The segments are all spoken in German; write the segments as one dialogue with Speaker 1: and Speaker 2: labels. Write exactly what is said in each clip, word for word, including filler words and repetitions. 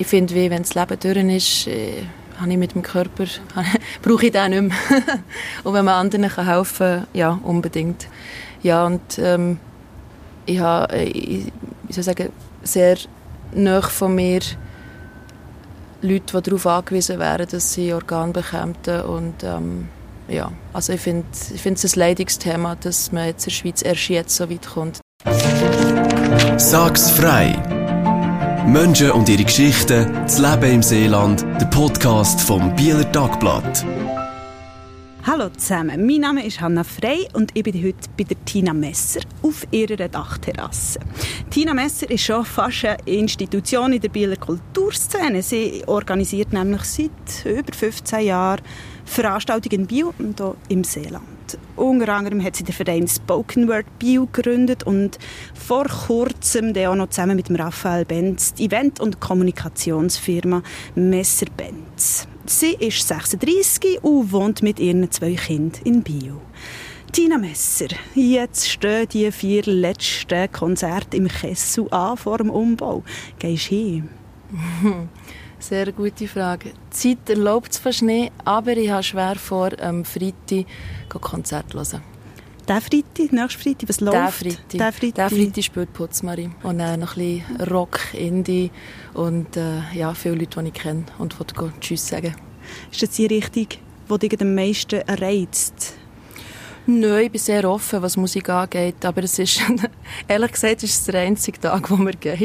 Speaker 1: ich finde, wie wenn das Leben durch ist, äh, habe ich mit dem Körper, brauche ich den nicht mehr. Und wenn man anderen kann helfen kann, ja, unbedingt. Ja, und ähm, ich habe, ich, ich soll sagen, sehr nahe von mir Leute, die darauf angewiesen wären, dass sie Organe bekommen. Und ähm, ja, also ich finde ich finde es ein Leidungsthema, dass man jetzt in der Schweiz erst jetzt so weit kommt.
Speaker 2: Sag's frei! Menschen und ihre Geschichten, das Leben im Seeland, der Podcast vom Bieler Tagblatt.
Speaker 3: Hallo zusammen, mein Name ist Hanna Frey und ich bin heute bei der Tina Messer auf ihrer Dachterrasse. Tina Messer ist schon fast eine Institution in der Bieler Kulturszene. Sie organisiert nämlich seit über fünfzehn Jahren Veranstaltungen in Biel und auch im Seeland. Unter anderem hat sie den Verein Spoken Word Biel gegründet und vor kurzem auch noch zusammen mit dem Raphael Benz die Event- und Kommunikationsfirma Messer Benz. Sie ist sechsunddreissig und wohnt mit ihren zwei Kindern in Biel. Tina Messer, jetzt stehen die vier letzten Konzerte im Kessel an vor dem Umbau. Gehst du hin?
Speaker 1: Sehr gute Frage. Die Zeit erlaubt es fast nicht, aber ich habe schwer vor, am Freitag Konzert zu hören.
Speaker 3: Der Freitag, nächsten Freitag, was läuft?
Speaker 1: Der Freitag. Der Freitag. Der Freitag spielt Putzmarie. Und dann noch ein bisschen Rock, Indie und äh, ja, viele Leute, die ich kenne und die Tschüss sagen.
Speaker 3: Ist das die Richtung, die dich am meisten reizt?
Speaker 1: Nein, ich bin sehr offen, was Musik angeht, aber es ist, ehrlich gesagt, ist es der einzige Tag, wo mir geht.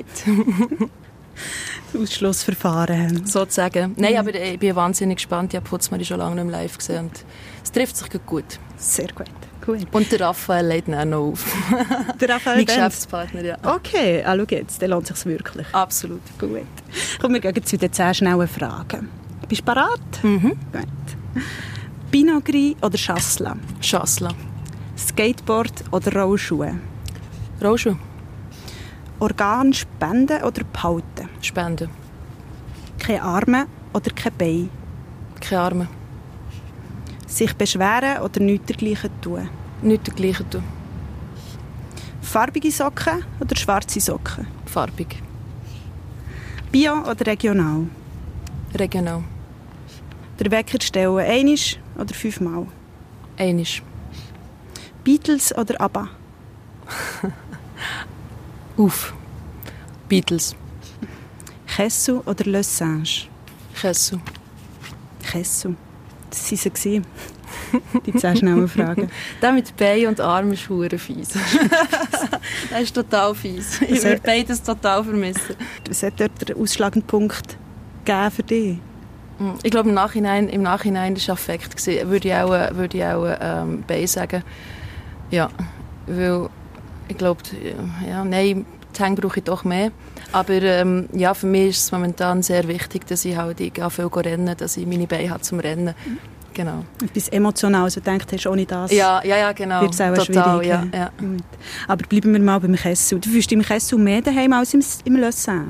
Speaker 3: Ausschlussverfahren.
Speaker 1: Sozusagen. Nein, aber ich bin wahnsinnig gespannt. Ich habe Putzmarie schon lange nicht mehr live gesehen und es trifft sich gut.
Speaker 3: Sehr gut. Gut.
Speaker 1: Und der Raphael lädt dann auch noch auf.
Speaker 3: Der Raphael
Speaker 1: mein
Speaker 3: Benz.
Speaker 1: Geschäftspartner, ja.
Speaker 3: Okay, ah, schau jetzt, dann lohnt es sich wirklich.
Speaker 1: Absolut.
Speaker 3: Gut. Kommen wir gehen zu den zehn schnellen Fragen. Bist du bereit?
Speaker 1: Mhm.
Speaker 3: Gut. Binogri oder Schassla?
Speaker 1: Schassla.
Speaker 3: Skateboard oder Rollschuhe?
Speaker 1: Rollschuhe.
Speaker 3: Organ spenden oder behalten?
Speaker 1: Spenden.
Speaker 3: Keine Arme oder kein Bein?
Speaker 1: Keine Arme.
Speaker 3: Sich beschweren oder nichts dergleichen tun?
Speaker 1: Nichts dergleichen tun.
Speaker 3: Farbige Socken oder schwarze Socken?
Speaker 1: Farbig.
Speaker 3: Bio oder regional?
Speaker 1: Regional.
Speaker 3: Der Wecker stellen einmal oder fünfmal?
Speaker 1: Einmal.
Speaker 3: Beatles oder ABBA?
Speaker 1: Uff. Beatles.
Speaker 3: Kessel oder Le Singe?
Speaker 1: Kessel.
Speaker 3: Kessel. Das waren sie. Die zehn schnellen Fragen.
Speaker 1: Der mit Bein und Armen ist verdammt fies. Das ist total fies. Ich würde beides total vermissen.
Speaker 3: Was hat dort den ausschlagenden Punkt gegeben für dich?
Speaker 1: Ich glaube, im Nachhinein, im Nachhinein war es Affekt. Würde ich auch, würde ich auch ähm, Bein sagen. Ja, weil ich glaube, ja, nein, die Hänge brauche ich doch mehr. Aber ähm, ja, für mich ist es momentan sehr wichtig, dass ich halt ich gehe viel rennen, dass ich meine Beine habe zum Rennen. Genau.
Speaker 3: Etwas Emotionales, du denkst, hast ohne das
Speaker 1: ja, ja, ja, genau.
Speaker 3: wird es auch
Speaker 1: total,
Speaker 3: schwierig.
Speaker 1: Ja, ja.
Speaker 3: Aber bleiben wir mal beim Kessel. Du fühlst dich im Kessel mehr daheim als im, im Le Singe?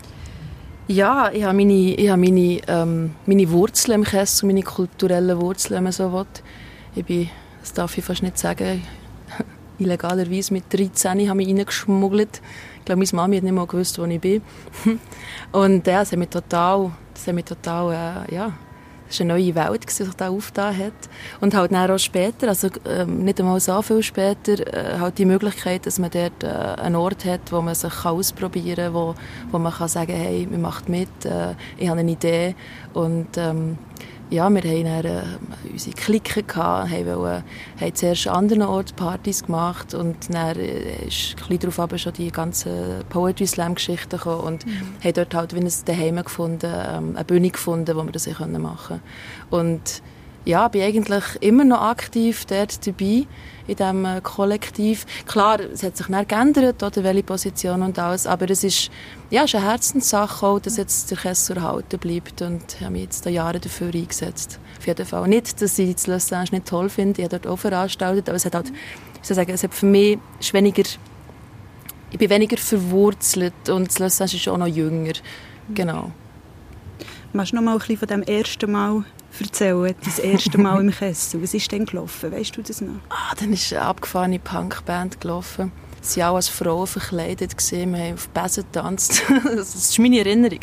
Speaker 1: Ja, ich habe meine, ich habe meine, ähm, meine Wurzeln im Kessel, meine kulturellen Wurzeln, wenn man so will. Ich bin, das darf ich fast nicht sagen, illegalerweise mit dreizehn habe ich mich reingeschmuggelt. Ich glaube, meine Mami hat nicht mal gewusst, wo ich bin. Und ja, das hat mich total, das hat mich total, äh, ja, das war eine neue Welt, die sich da aufgetan hat. Und halt dann auch später, also ähm, nicht einmal so viel später, äh, halt die Möglichkeit, dass man dort äh, einen Ort hat, wo man sich kann ausprobieren kann, wo, wo man kann sagen, hey, man macht mit, äh, ich habe eine Idee. Und ähm, ja, wir hatten dann, äh, unsere Clique gehabt, haben, wollen, haben zuerst an anderen Orten Partys gemacht und dann äh, ist ein bisschen darauf schon die ganzen Poetry Slam Geschichten gekommen und mhm. haben dort halt wie ein Daheim gefunden, ähm, eine Bühne gefunden, wo wir das machen konnten. Und ja, bin eigentlich immer noch aktiv dort dabei, in diesem äh, Kollektiv. Klar, es hat sich dann geändert, oder welche Position und alles, aber es ist, ja, es ist eine Herzenssache auch, dass jetzt der Kessel erhalten bleibt und ich habe mich jetzt da Jahre dafür eingesetzt. Auf jeden Fall. Nicht, dass ich das Le Singe nicht toll finde, ich habe dort auch veranstaltet, aber es hat halt, ich soll sagen, es hat für mich ist weniger, ich bin weniger verwurzelt und das Le Singe ist auch noch jünger. Genau.
Speaker 3: Magst du noch mal ein bisschen von dem ersten Mal erzählen, das erste Mal im Kessel? Was ist denn gelaufen? Weißt du das noch?
Speaker 1: Ah, dann ist eine abgefahrene Punkband gelaufen. sie alle als Frauen verkleidet gesehen, wir haben auf Besen getanzt. Das ist meine Erinnerung.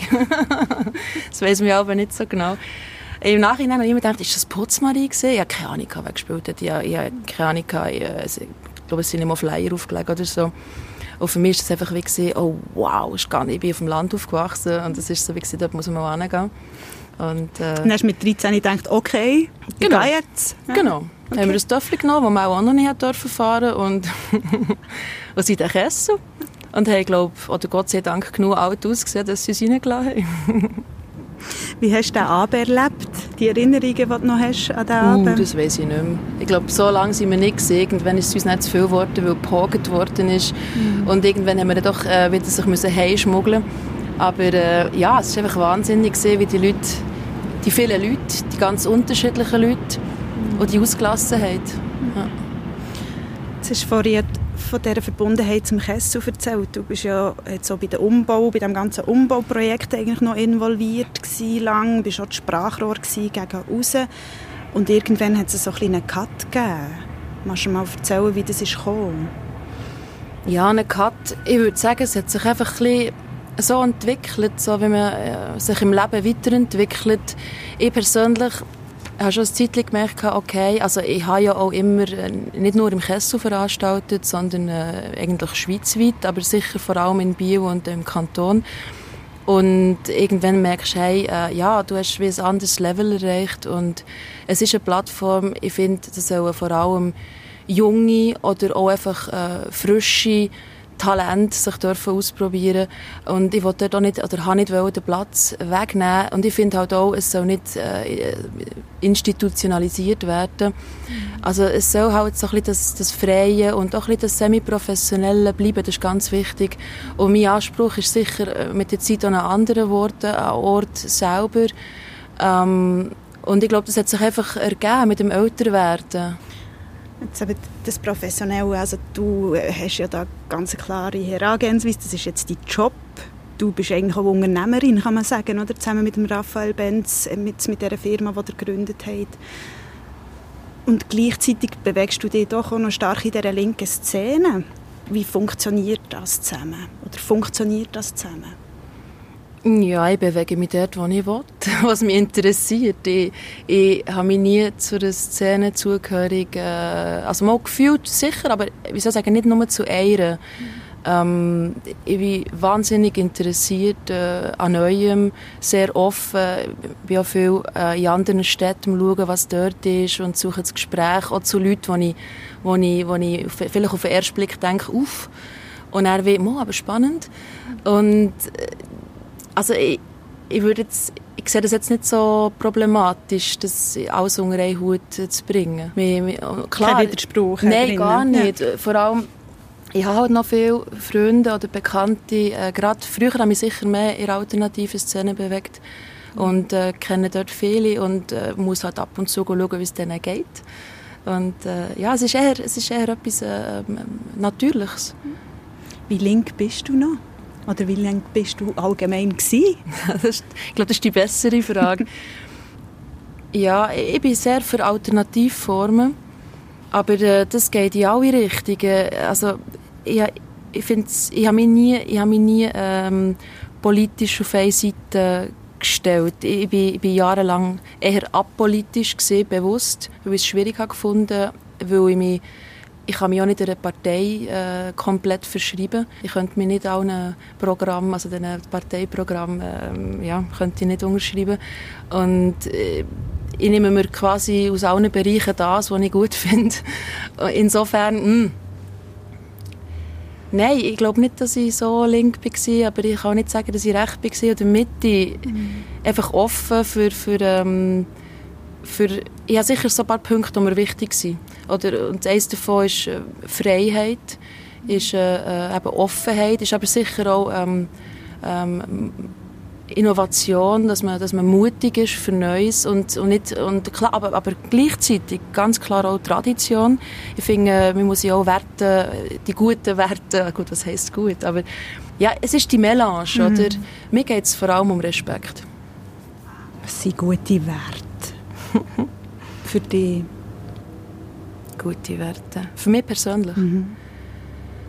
Speaker 1: Das weiss mich aber nicht so genau. Im Nachhinein habe ich immer gedacht, ist das Putzmarie gewesen? Ich habe keine Ahnung, wer gespielt hat. Ich habe, ich habe keine Ahnung, ich, ich glaube, es sind immer Flyer aufgelegt oder so. Und für mich war das einfach wie gewesen, oh wow, ich bin auf dem Land aufgewachsen und es ist so wie gewesen, dort muss man hingehen. Und, äh,
Speaker 3: dann hast du mit dreizehn gedacht, okay, ich
Speaker 1: genau.
Speaker 3: gehe jetzt. Ja.
Speaker 1: Genau.
Speaker 3: Okay.
Speaker 1: Dann haben wir ein Töffel genommen, das man auch noch nicht durften fahren und, und sind dann gegessen. Und haben, glaube oder Gott sei Dank, genug alt ausgesehen, dass sie uns reingelassen haben.
Speaker 3: Wie hast du den Abend erlebt? Die Erinnerungen, die du noch hast an den Abend?
Speaker 1: Uh, das weiss ich nicht mehr. Ich glaube, so lange sind wir nicht gesehen. Irgendwann ist es uns nicht zu viel geworden, weil gepoget worden ist. Mhm. Und irgendwann haben wir dann doch äh, wieder sich müssen heimschmuggeln. Aber äh, ja, es war einfach wahnsinnig gewesen, wie die Leute, die vielen Leute, die ganz unterschiedlichen Leute mhm. und die Ausgelassenheit. Ja.
Speaker 3: Jetzt hast du vorhin von dieser Verbundenheit zum Kessel erzählt. Du bist ja jetzt so bei dem Umbau, bei dem ganzen Umbauprojekt eigentlich noch involviert gewesen, lang. Du bist auch das Sprachrohr gegen raus. Und irgendwann hat es so ein bisschen einen Cut gegeben. Magst du mal erzählen, wie das ist gekommen?
Speaker 1: Ja, einen Cut. Ich würde sagen, es hat sich einfach ein bisschen so entwickelt, so wie man äh, sich im Leben weiterentwickelt. Ich persönlich ich habe schon eine Zeit gemerkt, okay, also ich habe ja auch immer äh, nicht nur im Kessel veranstaltet, sondern äh, eigentlich schweizweit, aber sicher vor allem in Biel und im Kanton. Und irgendwann merkst du, hey, äh, ja, du hast wie ein anderes Level erreicht und es ist eine Plattform, ich finde, das sollen vor allem junge oder auch einfach äh, frische Talent sich dürfen ausprobieren und ich wollte dort auch nicht oder habe nicht den Platz wegnehmen und ich finde halt auch, es soll nicht äh, institutionalisiert werden. Mhm. Also es soll halt so ein bisschen das, das Freie und auch ein bisschen das Semi-Professionelle bleiben, das ist ganz wichtig und mein Anspruch ist sicher mit der Zeit auch an anderen Orten, an Ort selber ähm, und ich glaube, das hat sich einfach ergeben mit dem Älterwerden.
Speaker 3: Jetzt eben das Professionelle, also du hast ja da ganz eine klare Herangehensweise, das ist jetzt dein Job. Du bist eigentlich auch Unternehmerin, kann man sagen, oder? Zusammen mit dem Raphael Benz, mit, mit dieser Firma, die er gegründet hat. Und gleichzeitig bewegst du dich doch auch noch stark in dieser linken Szene. Wie funktioniert das zusammen? Oder funktioniert das zusammen?
Speaker 1: Ja, ich bewege mich dort, wo ich will, was mich interessiert. Ich, ich habe mich nie zu einer Szene zugehörig, äh, also mal gefühlt, sicher, aber wie soll ich sagen, nicht nur zu einer. Mhm. Ähm, ich bin wahnsinnig interessiert äh, an Neuem, sehr offen. Ich bin auch viel äh, in anderen Städten schauen, was dort ist und suche das Gespräch auch zu Leuten, die ich, wo ich, wo ich vielleicht auf den ersten Blick denke, uff, und er will, oh, aber spannend. Und äh, Also ich, ich, würde jetzt, ich sehe das jetzt nicht so problematisch, das alles unter einen Hut zu bringen.
Speaker 3: Klar, kein Widerspruch.
Speaker 1: Nein, gar nicht. Ja. Vor allem, ich habe halt noch viele Freunde oder Bekannte, äh, gerade früher habe ich mich sicher mehr in alternativen Szenen bewegt und äh, kenne dort viele und äh, muss halt ab und zu schauen, wie es denen geht. Und äh, ja, es ist eher, es ist eher etwas äh, Natürliches.
Speaker 3: Wie link bist du noch? Oder wie lange bist du allgemein gewesen?
Speaker 1: ist, ich glaube, das ist die bessere Frage. Ja, ich bin sehr für Alternativformen, aber äh, das geht in alle Richtungen. Also, ich, ich finde, ich habe mich nie, ich habe mich nie ähm, politisch auf eine Seite gestellt. Ich bin, ich bin jahrelang eher apolitisch gewesen, bewusst, weil ich es schwierig habe gefunden, weil ich mich Ich kann mich auch nicht einer Partei äh, komplett verschreiben. Ich könnte mich nicht allen Programmen, also den Parteiprogrammen, äh, ja, könnte ich nicht unterschreiben. Und äh, ich nehme mir quasi aus allen Bereichen das, was ich gut finde. Insofern, mh. Nein, ich glaube nicht, dass ich so link war, aber ich kann auch nicht sagen, dass ich recht war oder Mitte. Mhm. Einfach offen für... für ähm, Für, ich habe sicher so ein paar Punkte, die mir wichtig sind. Oder, und eines davon ist äh, Freiheit, ist äh, eben Offenheit, ist aber sicher auch ähm, ähm, Innovation, dass man, dass man mutig ist für Neues und, und nicht, und klar, aber, aber gleichzeitig ganz klar auch Tradition. Ich finde, man muss ja auch Werte, die guten Werte, gut, was heisst gut, aber ja, es ist die Melange, mhm. oder? Mir geht es vor allem um Respekt.
Speaker 3: Was sind gute Werte? Für dich?
Speaker 1: Gute Werte. Für mich persönlich?
Speaker 3: Mhm.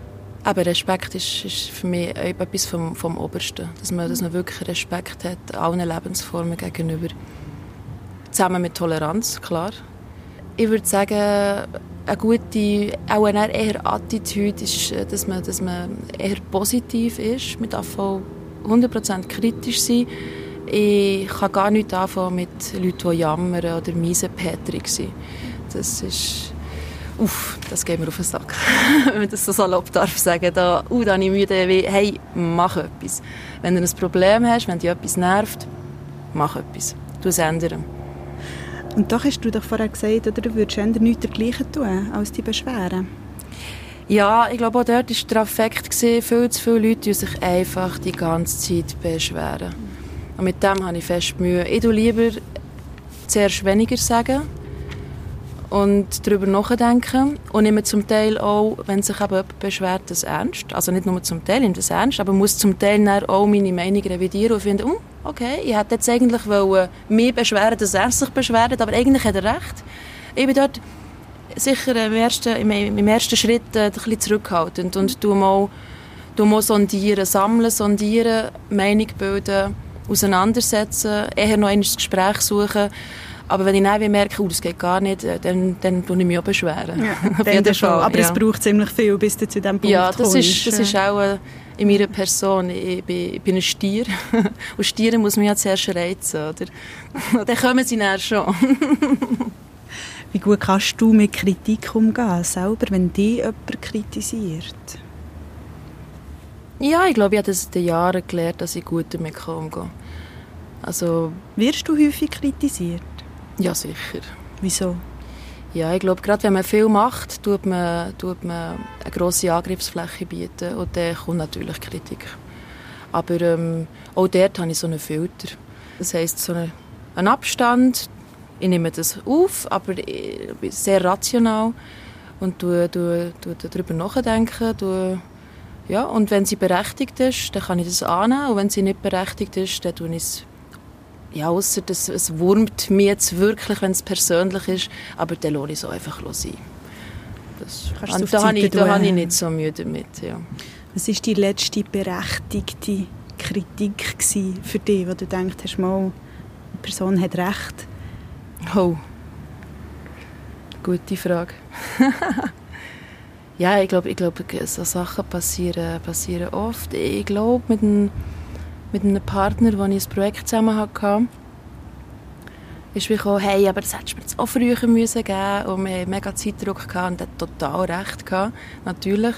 Speaker 1: Aber Respekt ist, ist für mich etwas vom, vom Obersten. Dass man, dass man wirklich Respekt hat allen Lebensformen gegenüber. Zusammen mit Toleranz, klar. Ich würde sagen, eine gute, auch eine eher Attitüde ist, dass man, dass man eher positiv ist. Man darf auch hundert Prozent kritisch sein. Ich kann gar nicht anfangen mit Leuten, die jammern oder miesepetrig sind. Das ist... Uff, das geht mir auf den Sack. Wenn man das so salopp darf sagen. Da, uh, da habe ich müde, wie, hey, mach etwas. Wenn du ein Problem hast, wenn dich etwas nervt, mach etwas. Du es ändern.
Speaker 3: Und doch hast du doch vorher gesagt, oder, du würdest eher nichts dergleichen tun, als die Beschweren.
Speaker 1: Ja, ich glaube, auch dort war der Affekt, viel zu viele Leute die sich einfach die ganze Zeit beschweren. Und mit dem habe ich fest Mühe. Ich tue lieber zuerst weniger sagen und darüber nachdenken und nehme zum Teil auch, wenn sich eben jemand beschwert, das ernst. Also nicht nur zum Teil, nehme das ernst, aber muss zum Teil dann auch meine Meinung revidieren und finde, oh, okay, ich hätte jetzt eigentlich wollen, mich beschweren, dass er sich beschwert, aber eigentlich hat er recht. Ich bin dort sicher im ersten, im, im ersten Schritt äh, ein bisschen zurückhaltend und tu mal, tu mal sondieren, sammeln, sondieren, Meinung bilden, auseinandersetzen, eher noch ein Gespräch suchen. Aber wenn ich dann merke, oh, das geht gar nicht, dann, dann tue ich mich auch beschweren. Ja, auf jeden Fall.
Speaker 3: Aber
Speaker 1: ja.
Speaker 3: Es braucht ziemlich viel, bis du zu diesem Punkt
Speaker 1: ja, das
Speaker 3: kommst.
Speaker 1: Ist, das ist auch äh, in meiner Person. Ich bin, ich bin ein Stier. Und Stiere muss man ja zuerst reizen, oder? Dann kommen sie dann schon.
Speaker 3: Wie gut kannst du mit Kritik umgehen, selber, wenn dich jemand kritisiert?
Speaker 1: Ja, ich glaube, ich habe das in den Jahren gelernt, dass ich gut damit umgehen kann. Also,
Speaker 3: wirst du häufig kritisiert?
Speaker 1: Ja, sicher.
Speaker 3: Wieso?
Speaker 1: Ja, ich glaube, gerade wenn man viel macht, tut man, tut man eine grosse Angriffsfläche bieten und dann kommt natürlich Kritik. Aber ähm, auch dort habe ich so einen Filter. Das heisst, so einen, einen Abstand. Ich nehme das auf, aber sehr rational und tue, tue, tue darüber nachdenken. Tue, ja, und wenn sie berechtigt ist, dann kann ich das annehmen. Und wenn sie nicht berechtigt ist, dann tue ich es. Ja, ausser dass es wurmt mir jetzt wirklich, wenn es persönlich ist, aber dann lasse ich es auch einfach sein. Das, und da habe ich, da habe ich nicht so Mühe damit. Ja.
Speaker 3: Was war die letzte berechtigte Kritik für dich, wo du denkst, hast, mal, die Person hat recht?
Speaker 1: Oh, gute Frage. Ja, ich glaube, ich glaube, so Sachen passieren, passieren oft. Ich glaube, mit einem mit einem Partner, mit dem ich ein Projekt zusammen hatte, ist wie gekommen, hey, aber das hättest du mir jetzt auch früher müssen geben und wir hatten mega Zeitdruck gehabt und er hat total recht gehabt, natürlich.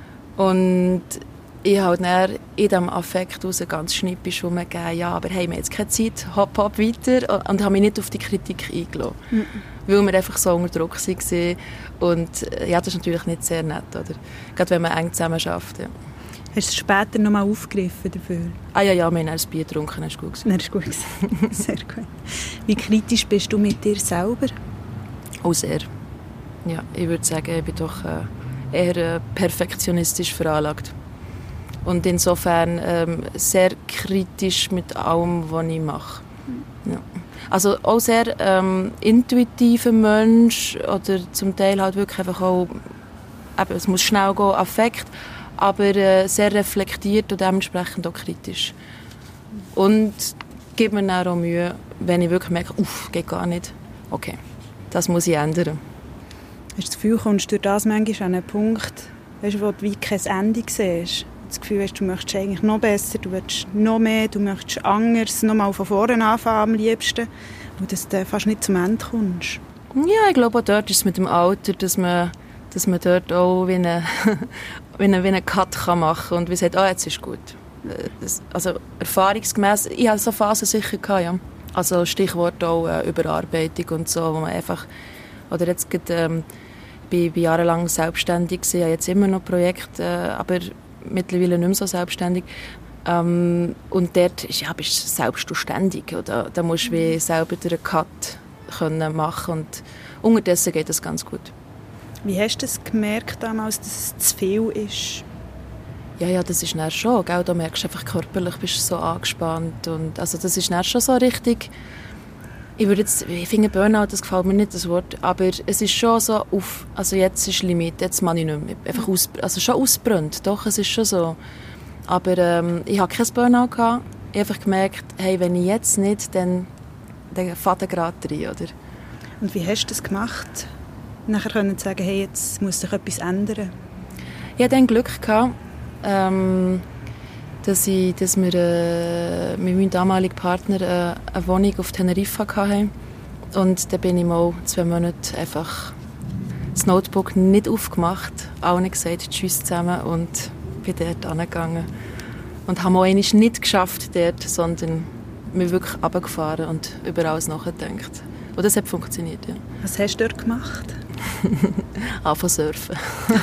Speaker 1: Und ich habe dann in diesem Affekt raus ganz schnippisch rumgegeben, ja, aber hey, wir haben jetzt keine Zeit, hopp, hopp, weiter und habe mich nicht auf die Kritik eingelassen. Mhm. Weil wir einfach so unter Druck waren. Und ja, das ist natürlich nicht sehr nett, oder? Gerade wenn man eng zusammen arbeitet, ja.
Speaker 3: Hast du es später noch mal aufgegriffen dafür?
Speaker 1: Ah ja, ja, wir haben ein Bier getrunken, das war gut.
Speaker 3: Das war gut. Sehr gut. Wie kritisch bist du mit dir selber?
Speaker 1: Oh, sehr. Ja, ich würde sagen, ich bin doch äh, eher äh, perfektionistisch veranlagt. Und insofern ähm, sehr kritisch mit allem, was ich mache. Ja. Also auch sehr ähm, intuitiver Mensch oder zum Teil halt wirklich einfach auch, eben, es muss schnell gehen, Affekt, aber äh, sehr reflektiert und dementsprechend auch kritisch. Und gibt mir dann auch Mühe, wenn ich wirklich merke, uff, geht gar nicht. Okay, das muss ich ändern.
Speaker 3: Hast du das Gefühl, kommst du durch das manchmal an einen Punkt, weißt, wo du wie kein Ende siehst? Das Gefühl hast, du möchtest eigentlich noch besser, du willst noch mehr, du möchtest anders, noch mal von vorne anfangen am liebsten, und dass du fast nicht zum Ende kommst.
Speaker 1: Ja, ich glaube, auch dort ist es mit dem Alter, dass man, dass man dort auch wie einen wie eine, wie eine Cut kann machen kann und wie sagt, ah, jetzt ist gut. Das, also erfahrungsgemäß, ich hatte so Phasen sicher gehabt, ja. Also Stichwort auch äh, Überarbeitung und so, wo man einfach, oder jetzt gerade, ähm, ich war jahrelang selbstständig, ich habe jetzt immer noch Projekte, äh, aber mittlerweile nicht mehr so selbstständig. Ähm, und dort ist, ja, bist du selbstständig. Oder? Da musst du wie selber den Cut können machen und unterdessen geht das ganz gut.
Speaker 3: Wie hast du es gemerkt damals, dass es zu viel ist?
Speaker 1: Ja, ja, das ist dann schon. Gell? Da merkst du einfach körperlich, bist du so angespannt. Und, also das ist dann schon so richtig, Ich würde jetzt, ich finde Burnout, das gefällt mir nicht, das Wort, aber es ist schon so auf, also jetzt ist Limit, jetzt mache ich nicht mehr. Einfach aus, also schon ausbrennt, doch, es ist schon so. Aber ähm, ich hatte kein Burnout gehabt. Ich habe einfach gemerkt, hey, wenn ich jetzt nicht, dann, dann fährt er gerade rein, oder?
Speaker 3: Und wie hast du das gemacht? Nachher können zu sagen, hey, jetzt muss sich etwas ändern.
Speaker 1: Ich hatte dann Glück gehabt, ähm, dass, ich, dass wir äh, mit meinem damaligen Partner äh, eine Wohnung auf Teneriffa hatten. Und da bin ich mal zwei Monate einfach das Notebook nicht aufgemacht, allen gesagt, tschüss zusammen und bin dort angegangen. Und habe auch einmal nicht geschafft dort, sondern mich wirklich runtergefahren und über alles nachgedacht. Und das hat funktioniert, ja.
Speaker 3: Was hast du dort gemacht?
Speaker 1: Anfangen surfen.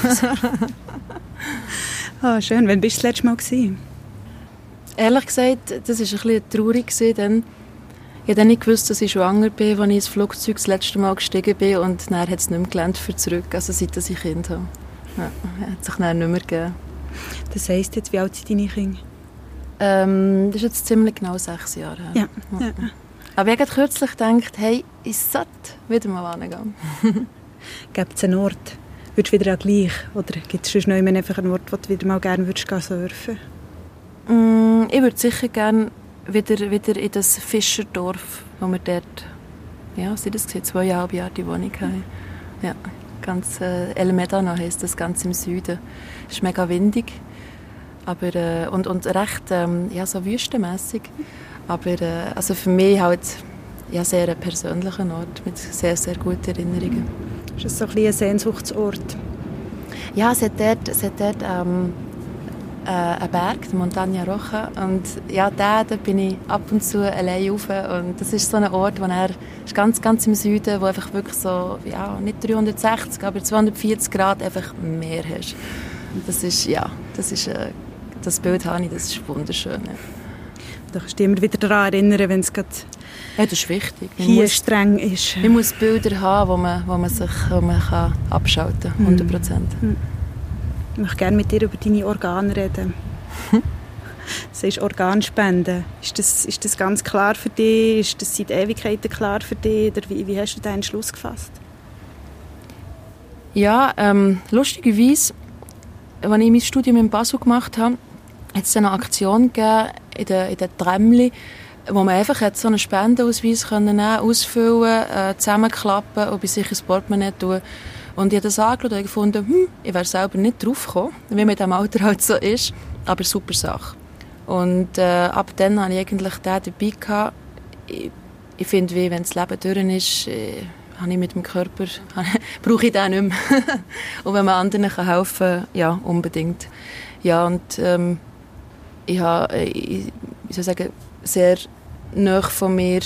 Speaker 3: Ah, schön. Wann warst du das letzte Mal gewesen?
Speaker 1: Ehrlich gesagt, das war ein bisschen traurig. Dann. Ich habe dann nicht gewusst, dass ich schwanger bin, als ich ins Flugzeug das letzte Mal gestiegen bin. Und dann hat es nicht mehr gelernt für zurück, also seit ich Kind habe. Ja, hat sich dann nicht mehr gegeben.
Speaker 3: Das heisst jetzt, wie alt sind deine Kinder?
Speaker 1: Ähm, das ist jetzt ziemlich genau sechs Jahre her.
Speaker 3: Ja. Ja. Ja.
Speaker 1: Aber ich habe kürzlich gedacht, hey, ich sollte wieder mal hingehen.
Speaker 3: Gibt es einen Ort? Würdest du wieder auch gleich? Oder gibt es sonst noch einfach einen Ort, wo du wieder mal gerne würdest gehen surfen?
Speaker 1: Mm, ich würde sicher gerne wieder, wieder in das Fischerdorf, wo wir dort, ja, sind das gesehen, zweieinhalb Jahre die Wohnung haben. Ja, ganz äh, El Medano heisst das, ganz im Süden. Es ist mega windig, aber, äh, und, und recht ähm, ja, so wüstenmässig. Aber äh, also für mich halt ja, sehr ein persönlicher Ort mit sehr, sehr guten Erinnerungen.
Speaker 3: Ist das so ein, ein Sehnsuchtsort?
Speaker 1: Ja, es hat dort, es hat dort ähm, äh, einen Berg, die Montaña Roja. Und ja, da, da bin ich ab und zu allein rauf. Und das ist so ein Ort, wo er ist ganz, ganz im Süden, wo einfach wirklich so, ja, nicht dreihundertsechzig, aber zweihundertvierzig Grad einfach Meer hast. Und das ist, ja, das ist, äh, das Bild habe ich, das ist wunderschön. Ja.
Speaker 3: Da kannst du dich immer wieder daran erinnern, wenn es gerade
Speaker 1: ja, das ist wichtig. Man
Speaker 3: hier
Speaker 1: muss,
Speaker 3: streng ist.
Speaker 1: Man muss Bilder haben, wo man, wo man sich wo man kann abschalten kann, hundert Prozent.
Speaker 3: Mhm. Ich möchte gerne mit dir über deine Organe reden. Du sagst Organspenden. Ist das, ist das ganz klar für dich? Ist das seit Ewigkeiten klar für dich? Oder wie, wie hast du deinen Entschluss gefasst?
Speaker 1: Ja, ähm, lustigerweise, als ich mein Studium in Basel gemacht habe, hat es eine Aktion gegeben in den, in den Trämli, wo man einfach so einen Spendenausweis nehmen, ausfüllen, äh, zusammenklappen und bei sich ins Portemonnaie tun. Und ich habe das angeschaut und gefunden, hm, ich wäre selber nicht drauf gekommen, wie man in diesem Alter halt so ist, aber super Sache. Und äh, ab dann hatte ich eigentlich den dabei gehabt. Ich, ich finde, wie wenn das Leben durch ist, äh, habe ich mit dem Körper, brauche ich den nicht mehr. Und wenn man anderen kann helfen kann, ja, unbedingt. Ja, und ähm, ich habe, ich, ich soll sagen, sehr nahe von mir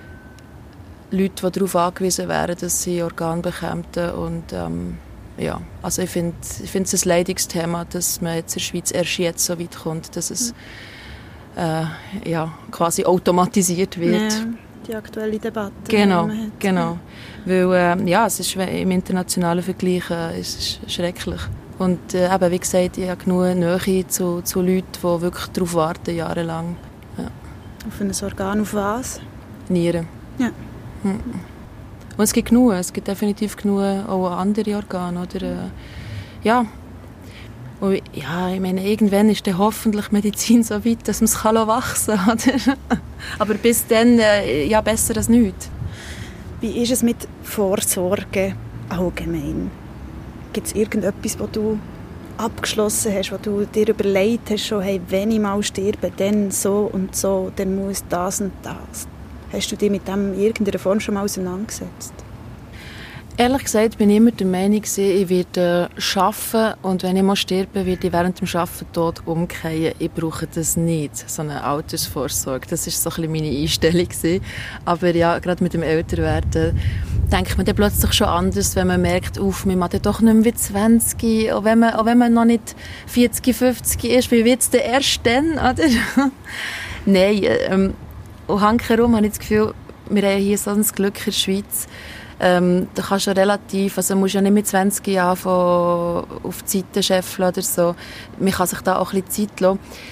Speaker 1: Leute, die darauf angewiesen wären, dass sie Organe bekämen. Und ähm, ja, also ich finde ich finde es ein Leidungsthema, dass man jetzt in der Schweiz erst jetzt so weit kommt, dass es äh, ja, quasi automatisiert wird.
Speaker 3: Ja, die aktuelle Debatte.
Speaker 1: Genau, genau. Weil äh, ja, es ist im internationalen Vergleich äh, es ist schrecklich. Und äh, eben, wie gesagt, ich habe genug Nähe zu, zu Leuten, die wirklich darauf warten, jahrelang. Ja.
Speaker 3: Auf ein Organ, auf was?
Speaker 1: Nieren.
Speaker 3: Ja.
Speaker 1: Und es gibt genug, es gibt definitiv genug auch andere Organe. Oder, äh, ja. Und, ja, ich meine, irgendwann ist dann hoffentlich Medizin so weit, dass man es wachsen kann. Oder? Aber bis dann, äh, ja, besser als nichts.
Speaker 3: Wie ist es mit Vorsorge allgemein? Gibt es irgendetwas, was du abgeschlossen hast, was du dir überlegt hast, schon, hey, wenn ich mal sterbe, dann so und so, dann muss das und das? Hast du dich mit dem in irgendeiner Form schon mal auseinandergesetzt?
Speaker 1: Ehrlich gesagt bin ich immer der Meinung, ich werde arbeiten und wenn ich mal sterbe, werde ich während dem Arbeiten tot umkehren. Ich brauche das nicht, so eine Altersvorsorge. Das war so ein bisschen meine Einstellung. Aber ja, gerade mit dem Älterwerden denkt man dann plötzlich schon anders, wenn man merkt, uff, man macht ja doch nicht mehr wie zwanzig, auch wenn man, auch wenn man noch nicht vierzig, fünfzig ist, wie wird es denn erst dann, oder? Nein, ähm, und hankerum habe ich das Gefühl, wir haben hier so ein Glück in der Schweiz. Ähm, da kannst du relativ, also musst ja nicht mit zwanzig Jahren auf die Seite scheffeln oder so. Man kann sich da auch ein bisschen Zeit lassen.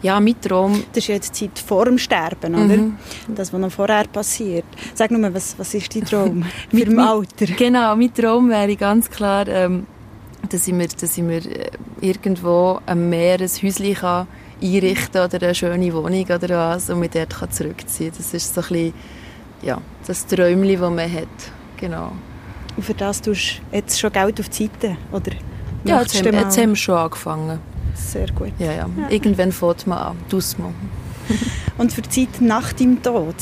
Speaker 1: Ja, mein Traum...
Speaker 3: Das ist jetzt die Zeit vor dem Sterben, oder? Mhm. Das, was noch vorher passiert. Sag nur, was, was ist dein Traum für im Alter?
Speaker 1: Genau, mein Traum wäre ganz klar, ähm, dass ich mir, dass ich mir irgendwo am Meer ein Häuschen kann einrichten kann oder eine schöne Wohnung oder was und mich dort kann zurückziehen kann. Das ist so ein bisschen, ja, das Träumchen, das man hat. Genau.
Speaker 3: Und für das tust du jetzt schon Geld auf die Seite, oder?
Speaker 1: Ja, jetzt haben, jetzt haben wir schon angefangen.
Speaker 3: Sehr gut.
Speaker 1: Ja, ja. Ja. Irgendwann fängt man an, tut man.
Speaker 3: Und für die Zeit nach deinem Tod?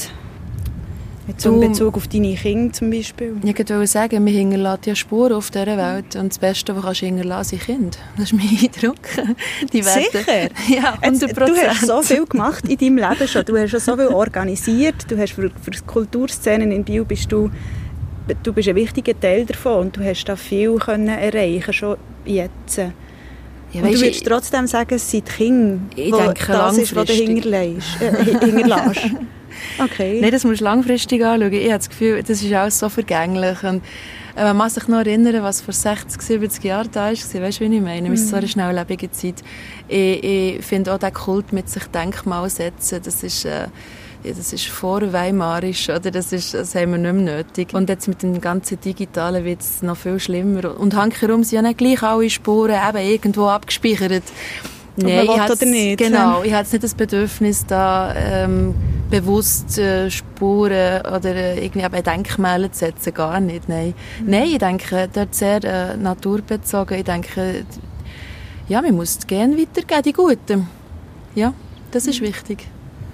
Speaker 3: Jetzt in Bezug auf deine Kinder zum Beispiel?
Speaker 1: Ich wollte sagen, wir hinterlassen ja Spuren auf dieser Welt und das Beste, was du hinterlassen kannst, sind Kinder. Das ist mein Eindruck. Die werden,
Speaker 3: sicher?
Speaker 1: Ja, hundert Prozent.
Speaker 3: Du hast so viel gemacht in deinem Leben schon. Du hast schon so viel organisiert. Du hast für, für die Kulturszenen in Biel bist du, du bist ein wichtiger Teil davon und du hast da viel können erreichen, schon jetzt. Ja, und du würdest trotzdem sagen, es sind die Kinder,
Speaker 1: ich denke,
Speaker 3: das ist, was du hinterlässt. Äh, hinterlässt. Okay.
Speaker 1: Nein, das musst du langfristig anschauen. Ich habe das Gefühl, das ist alles so vergänglich. Und äh, man kann sich noch erinnern, was vor sechzig, siebzig Jahren da war. Weißt du, wie ich meine? Es ist so eine schnelllebige Zeit. Ich, ich finde auch, der Kult mit sich Denkmal setzen, das ist... Äh, Ja, das ist vorweimarisch, oder? Das, ist, das haben wir nicht mehr nötig. Und jetzt mit dem ganzen Digitalen wird es noch viel schlimmer. Und hankerum sind ja nicht gleich alle Spuren eben irgendwo abgespeichert.
Speaker 3: Nein, ich oder nicht.
Speaker 1: Genau, ich habe jetzt nicht das Bedürfnis, da ähm, bewusst äh, Spuren oder äh, irgendwie eben Denkmäler zu setzen, gar nicht. Nein, mhm. Nein, ich denke, dort sehr äh, naturbezogen. Ich denke, ja, man muss gerne weitergeben, die Guten. Ja, das ist mhm. wichtig.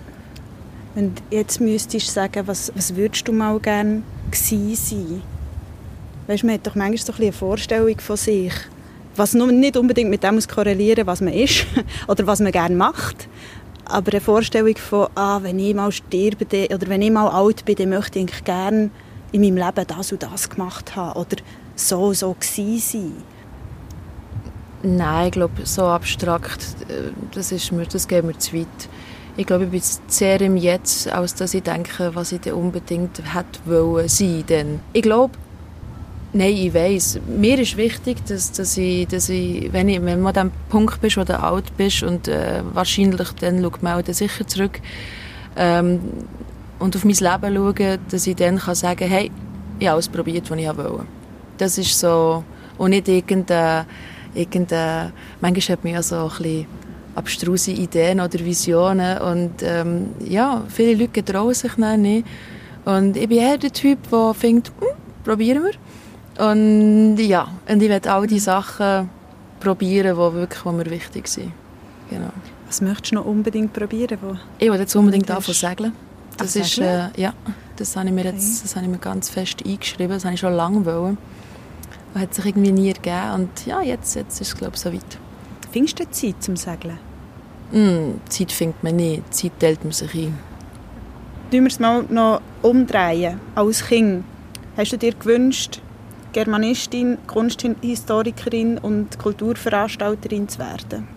Speaker 3: Wenn du jetzt müsstest sagen, was, was würdest du mal gerne gewesen sein? Weißt, man hat doch manchmal so ein bisschen eine Vorstellung von sich, was nur nicht unbedingt mit dem muss korrelieren, was man ist oder was man gerne macht, aber eine Vorstellung von, ah, wenn ich mal sterbe oder wenn ich mal alt bin, dann möchte ich gerne in meinem Leben das und das gemacht haben oder so so gewesen sein.
Speaker 1: Nein, ich glaube, so abstrakt, das, ist mir, das geht mir zu weit. Ich glaube, ich bin sehr im Jetzt, als dass ich denke, was ich denn unbedingt hätte wollen sein. Denn ich glaube, nein, ich weiss, mir ist wichtig, dass, dass, ich, dass ich, wenn, ich, wenn man an dem Punkt bist, wo du alt bist und äh, wahrscheinlich dann schaut man auch sicher zurück ähm, und auf mein Leben schaue, dass ich dann kann sagen, hey, ich habe alles probiert, was ich wollte. Das ist so, und nicht irgendein, irgendein manchmal hat man ja so ein bisschen abstruse Ideen oder Visionen und ähm, ja, viele Leute trauen sich nicht. Und ich bin eher der Typ, der findet, hm, probieren wir. Und ja, und ich werde all die Sachen probieren, die wirklich die mir wichtig sind. Genau.
Speaker 3: Was möchtest du noch unbedingt probieren? Wo
Speaker 1: ich will jetzt unbedingt anfangen zu segeln. Das
Speaker 3: Ach,
Speaker 1: ist, äh, ja, das habe ich mir jetzt, das habe ich mir ganz fest eingeschrieben. Das habe ich schon lange wollen. Das hat sich irgendwie nie ergeben. Und ja, jetzt, jetzt ist es, glaube ich, so weit.
Speaker 3: Findest du Zeit zum Segeln?
Speaker 1: Mm, Zeit findet man nicht, Zeit teilt man sich ein.
Speaker 3: Tun wir es mal noch umdrehen. Als Kind hast du dir gewünscht, Germanistin, Kunsthistorikerin und Kulturveranstalterin zu werden?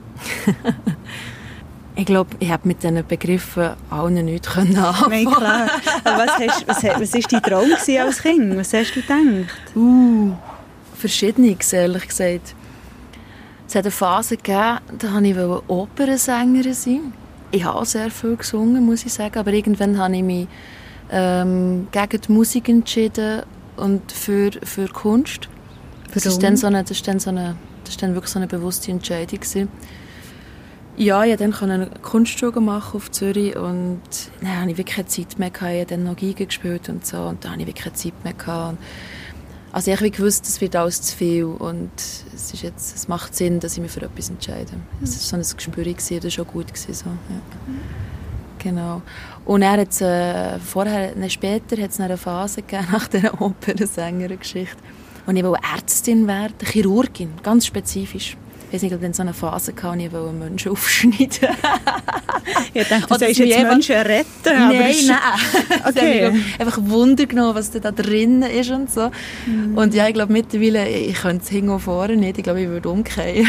Speaker 1: Ich glaube, ich habe mit diesen Begriffen allen nichts anfangen.
Speaker 3: Nein, klar. Aber was, hast, was, was war dein Traum als Kind? Was hast du gedacht?
Speaker 1: Uh, Verschiedenes, ehrlich gesagt. Es hat eine Phase gegeben, da wollte ich Opernsängerin sein. Ich habe auch sehr viel gesungen, muss ich sagen. Aber irgendwann habe ich mich ähm, gegen die Musik entschieden und für, für Kunst. Das ist dann so eine, das ist dann so eine, das ist dann wirklich so eine bewusste Entscheidung gewesen. Ja, ich konnte dann eine Kunstschule machen auf Zürich und dann hatte ich wirklich keine Zeit mehr. Ich habe dann noch Geige gespielt und so und da hatte ich wirklich keine Zeit mehr. Gehabt. Also ich habe gewusst, es wird alles zu viel und es, ist jetzt, es macht Sinn, dass ich mich für etwas entscheide. Es war so ein Gespür, das war schon gut. Gewesen, so. Ja. Genau. Und dann hat's, äh, vorher, dann später hat es eine Phase gegeben, nach dieser Opernsängerin-Geschichte, wo ich Ärztin werden, Chirurgin, ganz spezifisch. Ich weiß nicht, ob ich dann so eine Phase hatte, wo ich Menschen aufschneiden
Speaker 3: Ich dachte, du sollst jetzt Menschen retten.
Speaker 1: Nein,
Speaker 3: aber
Speaker 1: nein.
Speaker 3: Okay.
Speaker 1: Ich habe einfach Wunder genommen, was da drin ist und so. Mm. Und ja, ich glaube mittlerweile, ich könnte es hinten und vorne nicht. Ich glaube, ich würde umkehren.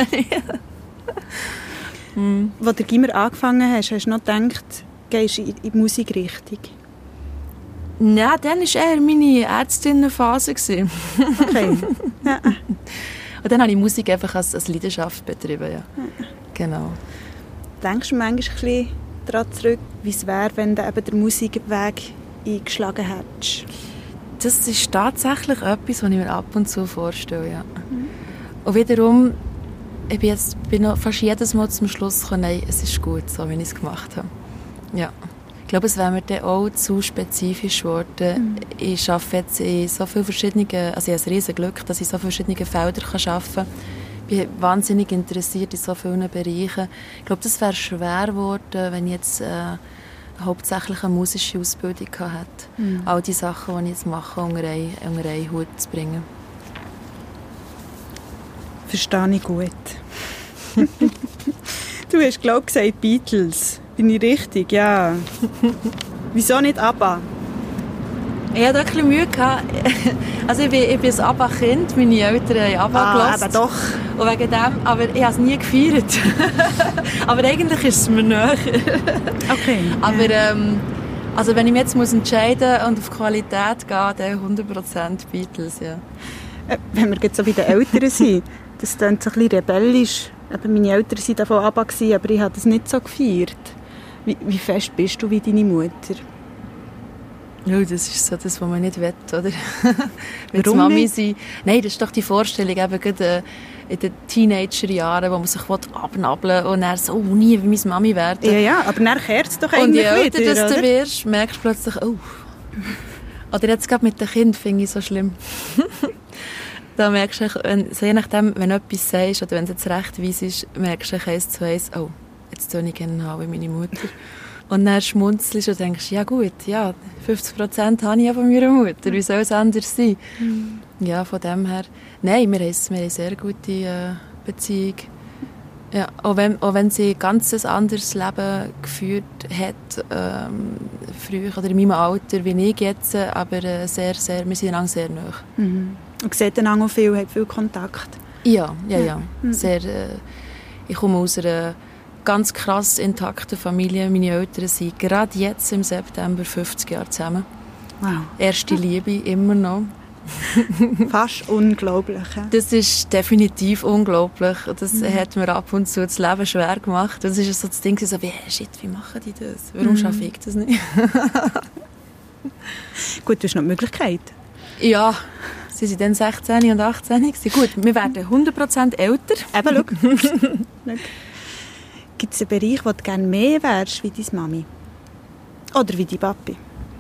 Speaker 1: mm.
Speaker 3: Als du Gimmer angefangen hast, hast du noch gedacht, gehst du in die Musikrichtung?
Speaker 1: Ja, dann war eher meine Ärztinnenphase.
Speaker 3: Okay. Ja.
Speaker 1: Und dann habe ich Musik einfach als, als Leidenschaft betrieben, ja. Genau.
Speaker 3: Denkst du manchmal ein bisschen daran zurück, wie es wäre, wenn du eben den Musikweg eingeschlagen hättest?
Speaker 1: Das ist tatsächlich etwas, was ich mir ab und zu vorstelle, ja. Mhm. Und wiederum, ich bin jetzt bin noch fast jedes Mal zum Schluss gekommen, nein, es ist gut, so wie ich es gemacht habe. Ja. Ich glaube, es wäre mir dann auch zu spezifisch geworden. Mhm. Ich arbeite jetzt in so vielen verschiedenen, also ich habe ein riesiges Glück, dass ich in so vielen verschiedenen Feldern arbeiten kann. Ich bin wahnsinnig interessiert in so vielen Bereichen. Ich glaube, das wäre schwer geworden, wenn ich jetzt äh, hauptsächlich eine musische Ausbildung hatte. Mhm. All die Sachen, die ich jetzt mache, unter einen, unter einen Hut zu bringen.
Speaker 3: Verstehe ich gut. Du hast, glaube ich, gesagt Beatles. Bin ich richtig? Ja. Wieso nicht ABBA?
Speaker 1: Ich hatte ein bisschen Mühe. Also ich bin, ich bin ein ABBA-Kind. Meine Eltern haben ABBA
Speaker 3: ah,
Speaker 1: gehört.
Speaker 3: Aber doch.
Speaker 1: Und wegen dem, aber ich habe es nie gefeiert. Aber eigentlich ist es mir näher.
Speaker 3: Okay.
Speaker 1: Aber ähm, also wenn ich mich jetzt muss entscheiden und auf Qualität gehe, dann hundert Prozent Beatles, ja.
Speaker 3: Äh, wenn wir jetzt so bei den Eltern sind, das klingt so ein bisschen rebellisch. Eben meine Eltern waren davon ABBA, aber ich habe das nicht so gefeiert. Wie, wie fest bist du wie deine Mutter?
Speaker 1: Ja, das ist so das, was man nicht will, oder?
Speaker 3: Warum
Speaker 1: Mami
Speaker 3: nicht?
Speaker 1: Sein. Nein, das ist doch die Vorstellung, eben gerade in den Teenagerjahren, wo man sich abnabeln will und dann so, oh, nie wie meine Mami werden.
Speaker 3: Ja, ja, aber dann kehrt es doch
Speaker 1: und
Speaker 3: eigentlich
Speaker 1: je älter
Speaker 3: wieder,
Speaker 1: du wirst, merkst du plötzlich, oh. Oder jetzt gerade mit dem Kind finde ich so schlimm. Da merkst du, wenn, so je nachdem, wenn du etwas sagst oder wenn es jetzt recht weiss ist, merkst du eins zu eins, oh, jetzt tue ich genau wie meine Mutter. Und dann schmunzelst und denkst, ja gut, ja, fünfzig Prozent habe ich ja von meiner Mutter, wie soll es anders sein? Mhm. Ja, von dem her, nein, wir haben, wir haben eine sehr gute äh, Beziehung. Ja, auch, wenn, auch wenn sie ein ganz anderes Leben geführt hat, ähm, früher oder in meinem Alter wie ich jetzt, aber äh, sehr, sehr, wir sind einander sehr nahe.
Speaker 3: Mhm. Und sieht einander auch viel, hat viel Kontakt?
Speaker 1: Ja, ja, ja. Mhm. Sehr, äh, ich komme aus einer ganz krass intakten Familie. Meine Eltern sind gerade jetzt im September fünfzig Jahre zusammen.
Speaker 3: Wow.
Speaker 1: Erste Liebe, immer noch.
Speaker 3: Fast unglaublich. Ja?
Speaker 1: Das ist definitiv unglaublich. Das mhm. hat mir ab und zu das Leben schwer gemacht. Das ist so das Ding, so wie, hey, shit, wie machen die das? Warum mhm. schaffe ich das nicht?
Speaker 3: Gut, du hast noch die Möglichkeit.
Speaker 1: Ja, sie waren dann sechzehn und achtzehn. Gut, wir werden hundert Prozent älter.
Speaker 3: Eben, schau. Gibt es einen Bereich, wo du gerne mehr wärst wie deine Mami? Oder wie dein Papi?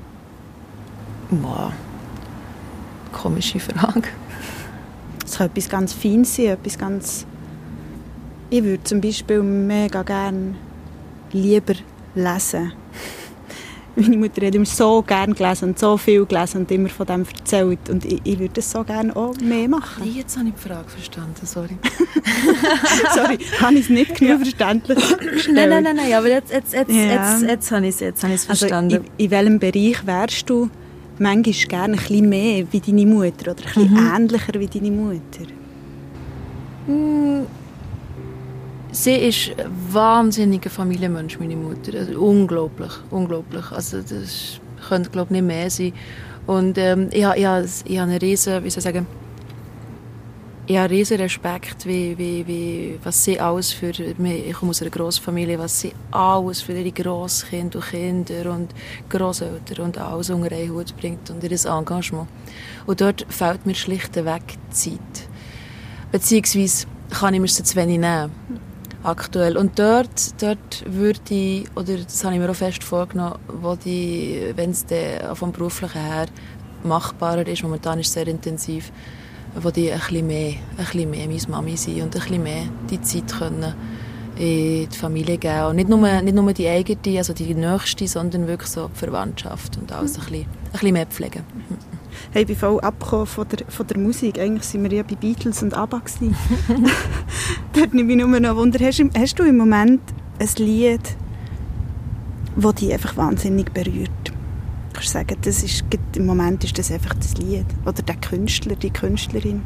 Speaker 1: Wow. Komische Frage.
Speaker 3: Es kann etwas ganz Feines sein, etwas ganz... Ich würde zum Beispiel mega gerne lieber lesen. Meine Mutter hat immer so gerne gelesen und so viel gelesen und immer von dem erzählt. Und ich, ich würde das so gerne auch mehr machen.
Speaker 1: Nee, jetzt habe ich die Frage verstanden, sorry.
Speaker 3: Sorry, habe ich es nicht genug verständlich gestellt?
Speaker 1: Nein, nein, nein, nein, aber jetzt, jetzt, jetzt, ja. jetzt, jetzt habe ich es jetzt habe ich es verstanden.
Speaker 3: Also in, in welchem Bereich wärst du manchmal gerne ein bisschen mehr wie deine Mutter oder ein bisschen mhm. ähnlicher wie deine Mutter?
Speaker 1: Mm. Sie ist ein wahnsinniger Familienmensch, meine Mutter. Also unglaublich, unglaublich. Also das könnte, glaube ich, nicht mehr sein. Und ähm, ich, ich, ich habe einen riesen, wie soll ich sagen, ich habe riesen Respekt, wie, wie, wie, was sie alles für, ich komme aus einer Grossfamilie, was sie alles für ihre Grosskinder und Kinder und Grosseltern und alles unter einen Hut bringt und ihr Engagement. Und dort fehlt mir schlichtweg die Zeit. Beziehungsweise kann ich mir sie zu wenig nehmen. Aktuell. Und dort, dort würde ich, oder das habe ich mir auch fest vorgenommen, wo die, wenn es vom Beruflichen her machbarer ist, momentan ist es sehr intensiv, wo die ein bisschen mehr, ein bisschen mehr meine Mami sind und ein bisschen mehr die Zeit können in die Familie geben. Und nicht nur, nicht nur die eigene, also die nächste, sondern wirklich so die Verwandtschaft und alles ein bisschen, ein bisschen mehr pflegen.
Speaker 3: Hey, ich bin voll abgekommen von der, von der Musik. Eigentlich waren wir ja bei Beatles und ABBA. Dort nimmt mich nur noch Wunder. Hast, hast du im Moment ein Lied, das dich einfach wahnsinnig berührt? Kannst du sagen, das ist, im Moment ist das einfach das Lied? Oder der Künstler, die Künstlerin?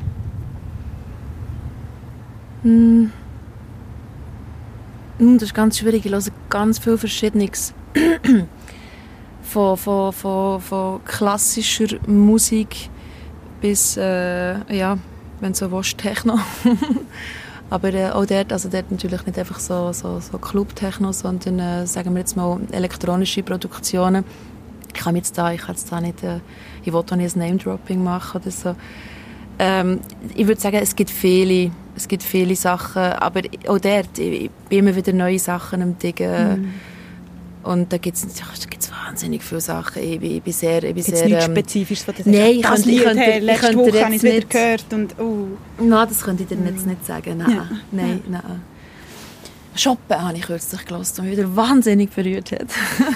Speaker 1: Mm. Das ist ganz schwierig. Ich höre ganz viel Verschiedenes. Von, von, von, von klassischer Musik bis, äh, ja, wenn du so willst, Techno. Aber äh, auch dort, also dort natürlich nicht einfach so, so, so Club-Techno, sondern, äh, sagen wir jetzt mal, elektronische Produktionen. Ich kann jetzt da, ich kann jetzt da nicht, äh, ich will auch nicht ein Name-Dropping machen oder so. Ähm, ich würde sagen, es gibt viele, es gibt viele Sachen, aber auch dort, ich, ich bin immer wieder neue Sachen am Diggen. Mm. Und da gibt es wahnsinnig viele Sachen. Ich, ich bin sehr... Ich bin
Speaker 3: Gibt's
Speaker 1: sehr
Speaker 3: nichts
Speaker 1: ähm,
Speaker 3: Spezifisches, was du
Speaker 1: sagst? Nein, ich
Speaker 3: das
Speaker 1: könnte,
Speaker 3: Lied,
Speaker 1: ich könnte,
Speaker 3: hey,
Speaker 1: ich
Speaker 3: letzte
Speaker 1: könnte
Speaker 3: Woche habe ich es wieder
Speaker 1: nicht,
Speaker 3: gehört und oh.
Speaker 1: Nein, das könnte ich dir jetzt nicht sagen. Nein,
Speaker 3: Ja.
Speaker 1: nein, ja. nein. Shoppen habe ich kürzlich gehört, was mich wieder wahnsinnig berührt hat.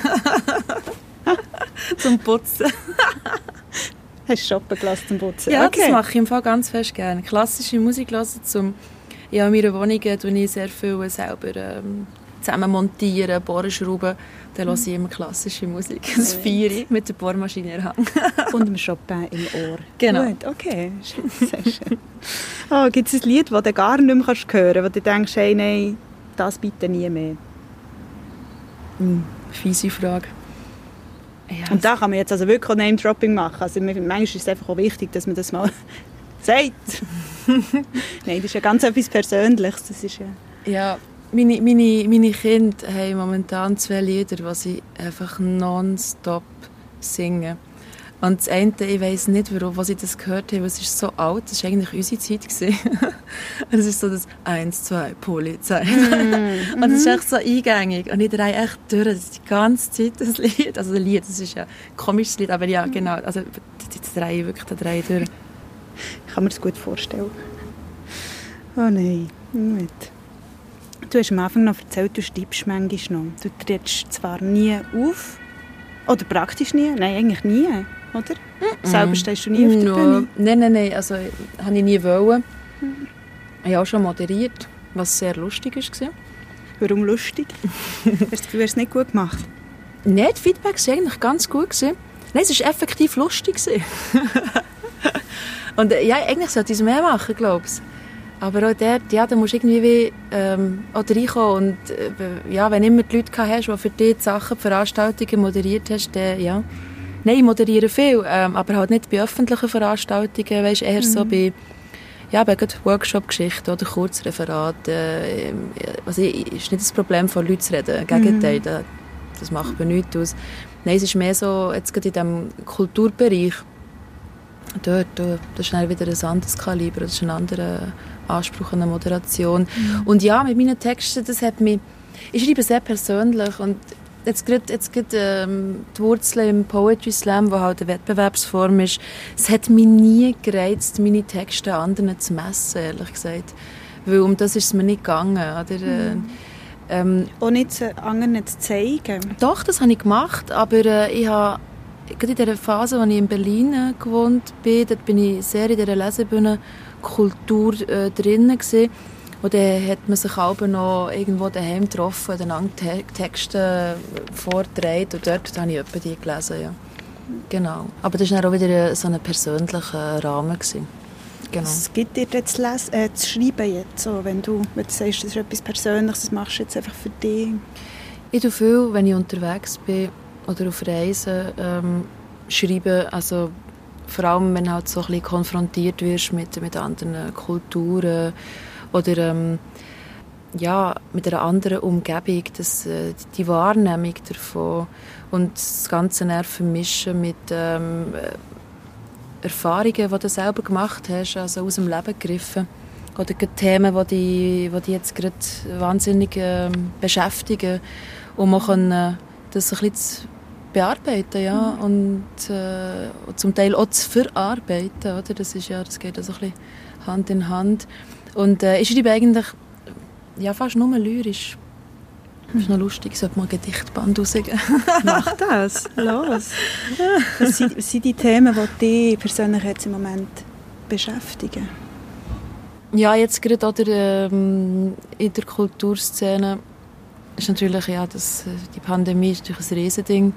Speaker 1: Zum Putzen.
Speaker 3: Hast du Shoppen gelassen zum Putzen?
Speaker 1: Ja,
Speaker 3: okay.
Speaker 1: das mache ich im Fall ganz fest gerne. Klassische Musik hören zum... Ja, in meiner Wohnung tue ich sehr viel selber ähm, zusammen montieren, bohren, schrauben. Dann höre ich immer klassische Musik. Das feiere ich mit der Bohrmaschine in der Hand.
Speaker 3: Und dem Chopin im Ohr.
Speaker 1: Genau.
Speaker 3: Gut, okay. Sehr schön. Oh, gibt es ein Lied, das du gar nicht mehr hören kannst, wo du denkst, hey, nein, das bitte nie mehr?
Speaker 1: Hm, fiese Frage. Ja,
Speaker 3: und da kann man jetzt also wirklich auch Name-Dropping machen. Also manchmal ist es einfach auch wichtig, dass man das mal sagt. Nein, das ist ja ganz etwas Persönliches. Das ist ja...
Speaker 1: Ja, meine, meine, meine Kinder haben momentan zwei Lieder, die sie einfach nonstop singen. Und das eine, ich weiss nicht, warum, was ich das gehört habe, es ist so alt, das war eigentlich unsere Zeit. Es ist so das eins, zwei, Polizei. Mm, und es ist echt so eingängig. Und ich drehe echt durch, das ist die ganze Zeit das Lied. Also das Lied, das ist ja ein komisches Lied, aber ja, genau. Also das drehe ich wirklich, das drehe ich durch.
Speaker 3: Ich kann mir das gut vorstellen. Oh nein, nicht. Du hast am Anfang noch erzählt, du stirbst manchmal noch. Du trittst zwar nie auf, oder praktisch nie, nein, eigentlich nie, oder? Mm-mm. Selber stehst du nie auf der
Speaker 1: no.
Speaker 3: Bühne?
Speaker 1: Nein, nein, nein, also habe ich nie wollen. Mm. Ich habe auch schon moderiert, was sehr lustig war.
Speaker 3: Warum lustig? Hast du das Gefühl, du hast es nicht gut gemacht?
Speaker 1: Nein, die Feedbacks waren eigentlich ganz gut. Nein, es war effektiv lustig. Und ja, eigentlich sollte ich es mehr machen, glaube ich. Aber auch dort, ja, da musst du irgendwie ähm, auch reinkommen. Und äh, ja, wenn immer die Leute hast, die für dich die Sachen, die Veranstaltungen moderiert hast, dann, ja. Nein, ich moderiere viel, ähm, aber halt nicht bei öffentlichen Veranstaltungen, weißt, eher mhm. so bei, ja, bei Workshop-Geschichten oder Kurzreferaten. Äh, also, ist nicht das Problem, von Leuten zu reden. Im Gegenteil, mhm. das, das macht mir nichts aus. Nein, es ist mehr so, jetzt gerade in diesem Kulturbereich, dort, das ist dann wieder ein anderes Kaliber, das ist ein anderer Anspruch an eine Moderation. Mhm. Und ja, mit meinen Texten, das hat mich, ich schreibe sehr persönlich und jetzt gerade, jetzt gerade ähm, die Wurzeln im Poetry Slam, wo halt eine Wettbewerbsform ist, es hat mich nie gereizt, meine Texte anderen zu messen, ehrlich gesagt. Weil um das ist es mir nicht gegangen. Oder,
Speaker 3: mhm.
Speaker 1: äh, ähm,
Speaker 3: auch nicht zu anderen zu zeigen?
Speaker 1: Doch, das habe ich gemacht, aber äh, ich habe gerade in dieser Phase, als ich in Berlin äh, gewohnt bin, dort bin ich sehr in dieser Lesebühnenkultur äh, drin gewesen. Und dann hat man sich auch noch irgendwo daheim getroffen, einander Te- Texte vorgetragen und dort habe ich etwa die gelesen, ja. Genau. Aber das war dann auch wieder so ein persönlicher Rahmen gewesen. Genau.
Speaker 3: Was gibt dir das Les- äh, zu schreiben jetzt, so, wenn, du, wenn du sagst, das ist etwas Persönliches, das machst du jetzt einfach für dich?
Speaker 1: Ich tue viel, wenn ich unterwegs bin oder auf Reisen ähm, schreiben, also vor allem, wenn du halt so ein bisschen konfrontiert wirst mit, mit anderen Kulturen oder ähm, ja, mit einer anderen Umgebung, das, äh, die Wahrnehmung davon und das Ganze vermischen mit ähm, Erfahrungen, die du selber gemacht hast, also aus dem Leben gegriffen. Oder Themen, die dich, die dich jetzt gerade wahnsinnig äh, beschäftigen und man kann äh, das ein bisschen bearbeiten, ja, mhm. und, äh, und zum Teil auch zu verarbeiten, oder? Das ist ja, das geht also ein bisschen Hand in Hand. Und äh, ich schreibe eigentlich ja, fast nur lyrisch. Das ist noch lustig, ich sollte mal ein Gedichtband rausgeben.
Speaker 3: Mach das, los. Was sind, was sind die Themen, die dich persönlich jetzt im Moment beschäftigen?
Speaker 1: Ja, jetzt gerade oder, ähm, in der Kulturszene ist natürlich, ja, das, die Pandemie ist natürlich ein Riesending.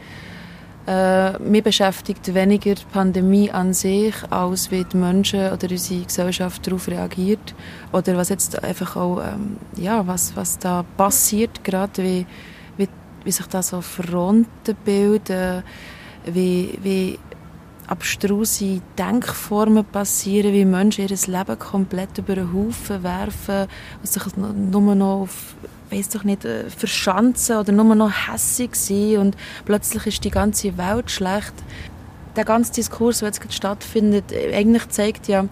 Speaker 1: Äh, mich beschäftigt weniger die Pandemie an sich, als wie die Menschen oder unsere Gesellschaft darauf reagiert. Oder was jetzt einfach auch, ähm, ja, was, was da passiert gerade, wie, wie, wie sich da so Fronten bilden, wie, wie abstruse Denkformen passieren, wie Menschen ihr Leben komplett über den Haufen werfen, und sich nur noch auf, weiss doch nicht, verschanzen oder nur noch hässig sein und plötzlich ist die ganze Welt schlecht. Der ganze Diskurs, der jetzt gerade stattfindet, eigentlich zeigt ja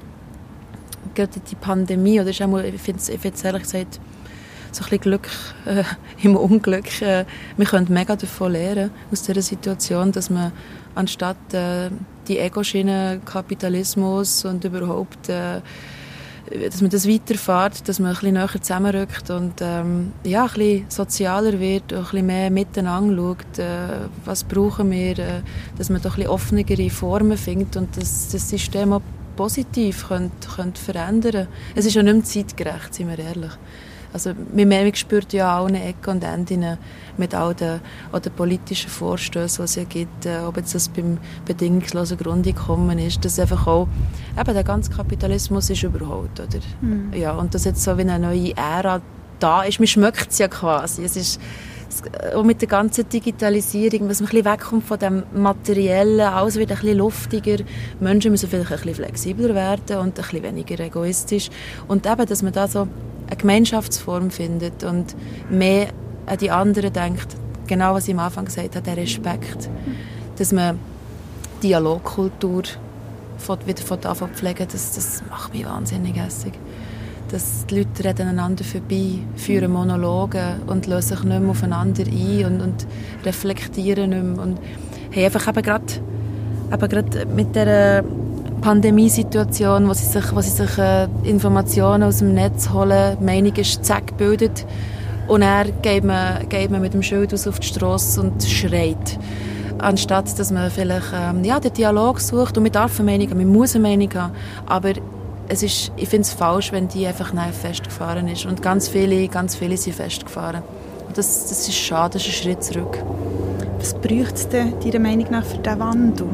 Speaker 1: gerade die Pandemie, oder ist auch mal, ich finde es ehrlich gesagt so ein bisschen Glück äh, im Unglück. Äh, wir können mega davon lernen, aus dieser Situation, dass man anstatt äh, die Ego-Schiene, Kapitalismus und überhaupt, äh, dass man das weiterfährt, dass man ein bisschen näher zusammenrückt und ähm, ja, ein bisschen sozialer wird, und ein bisschen mehr miteinander schaut, äh, was brauchen wir, äh, dass man doch ein bisschen offenere Formen findet und das, das System auch positiv könnte, könnte verändern. Es ist ja nicht mehr zeitgerecht, sind wir ehrlich. Also, wir spüren ja an allen Ecken und Enden mit all den, all den politischen Vorstößen, die es ja gibt, äh, ob jetzt das beim bedingungslosen Grundeinkommen ist, dass einfach auch eben der ganze Kapitalismus ist überholt, oder? Mhm. Ja, und dass jetzt so wie eine neue Ära da ist, man schmeckt es ja quasi. Es ist auch mit der ganzen Digitalisierung, dass man ein bisschen wegkommt von dem Materiellen, alles wird ein bisschen luftiger, Menschen müssen vielleicht ein bisschen flexibler werden und ein bisschen weniger egoistisch und eben, dass man da so eine Gemeinschaftsform findet und mehr an die anderen denkt, genau was ich am Anfang gesagt habe, der Respekt, dass man Dialogkultur von, wieder von Anfang pflegen, das, das macht mich wahnsinnig hässig. Dass die Leute reden einander vorbei, führen Monologe und lösen sich nicht mehr aufeinander ein und, und reflektieren nicht mehr. Und haben einfach eben gerade, eben gerade mit dieser Pandemiesituation, wo sie sich, wo sie sich äh, Informationen aus dem Netz holen, die Meinung ist zack gebildet und dann geht man, geht man mit dem Schild aus auf die Strasse und schreit. Anstatt dass man vielleicht ähm, ja, den Dialog sucht und man darf eine Meinung haben, man muss eine Meinung haben, aber es ist, ich finde es falsch, wenn die einfach festgefahren ist. Und ganz viele, ganz viele sind festgefahren. Und das, das ist schade, das ist ein Schritt zurück.
Speaker 3: Was braucht es denn deiner Meinung nach für diesen Wandel?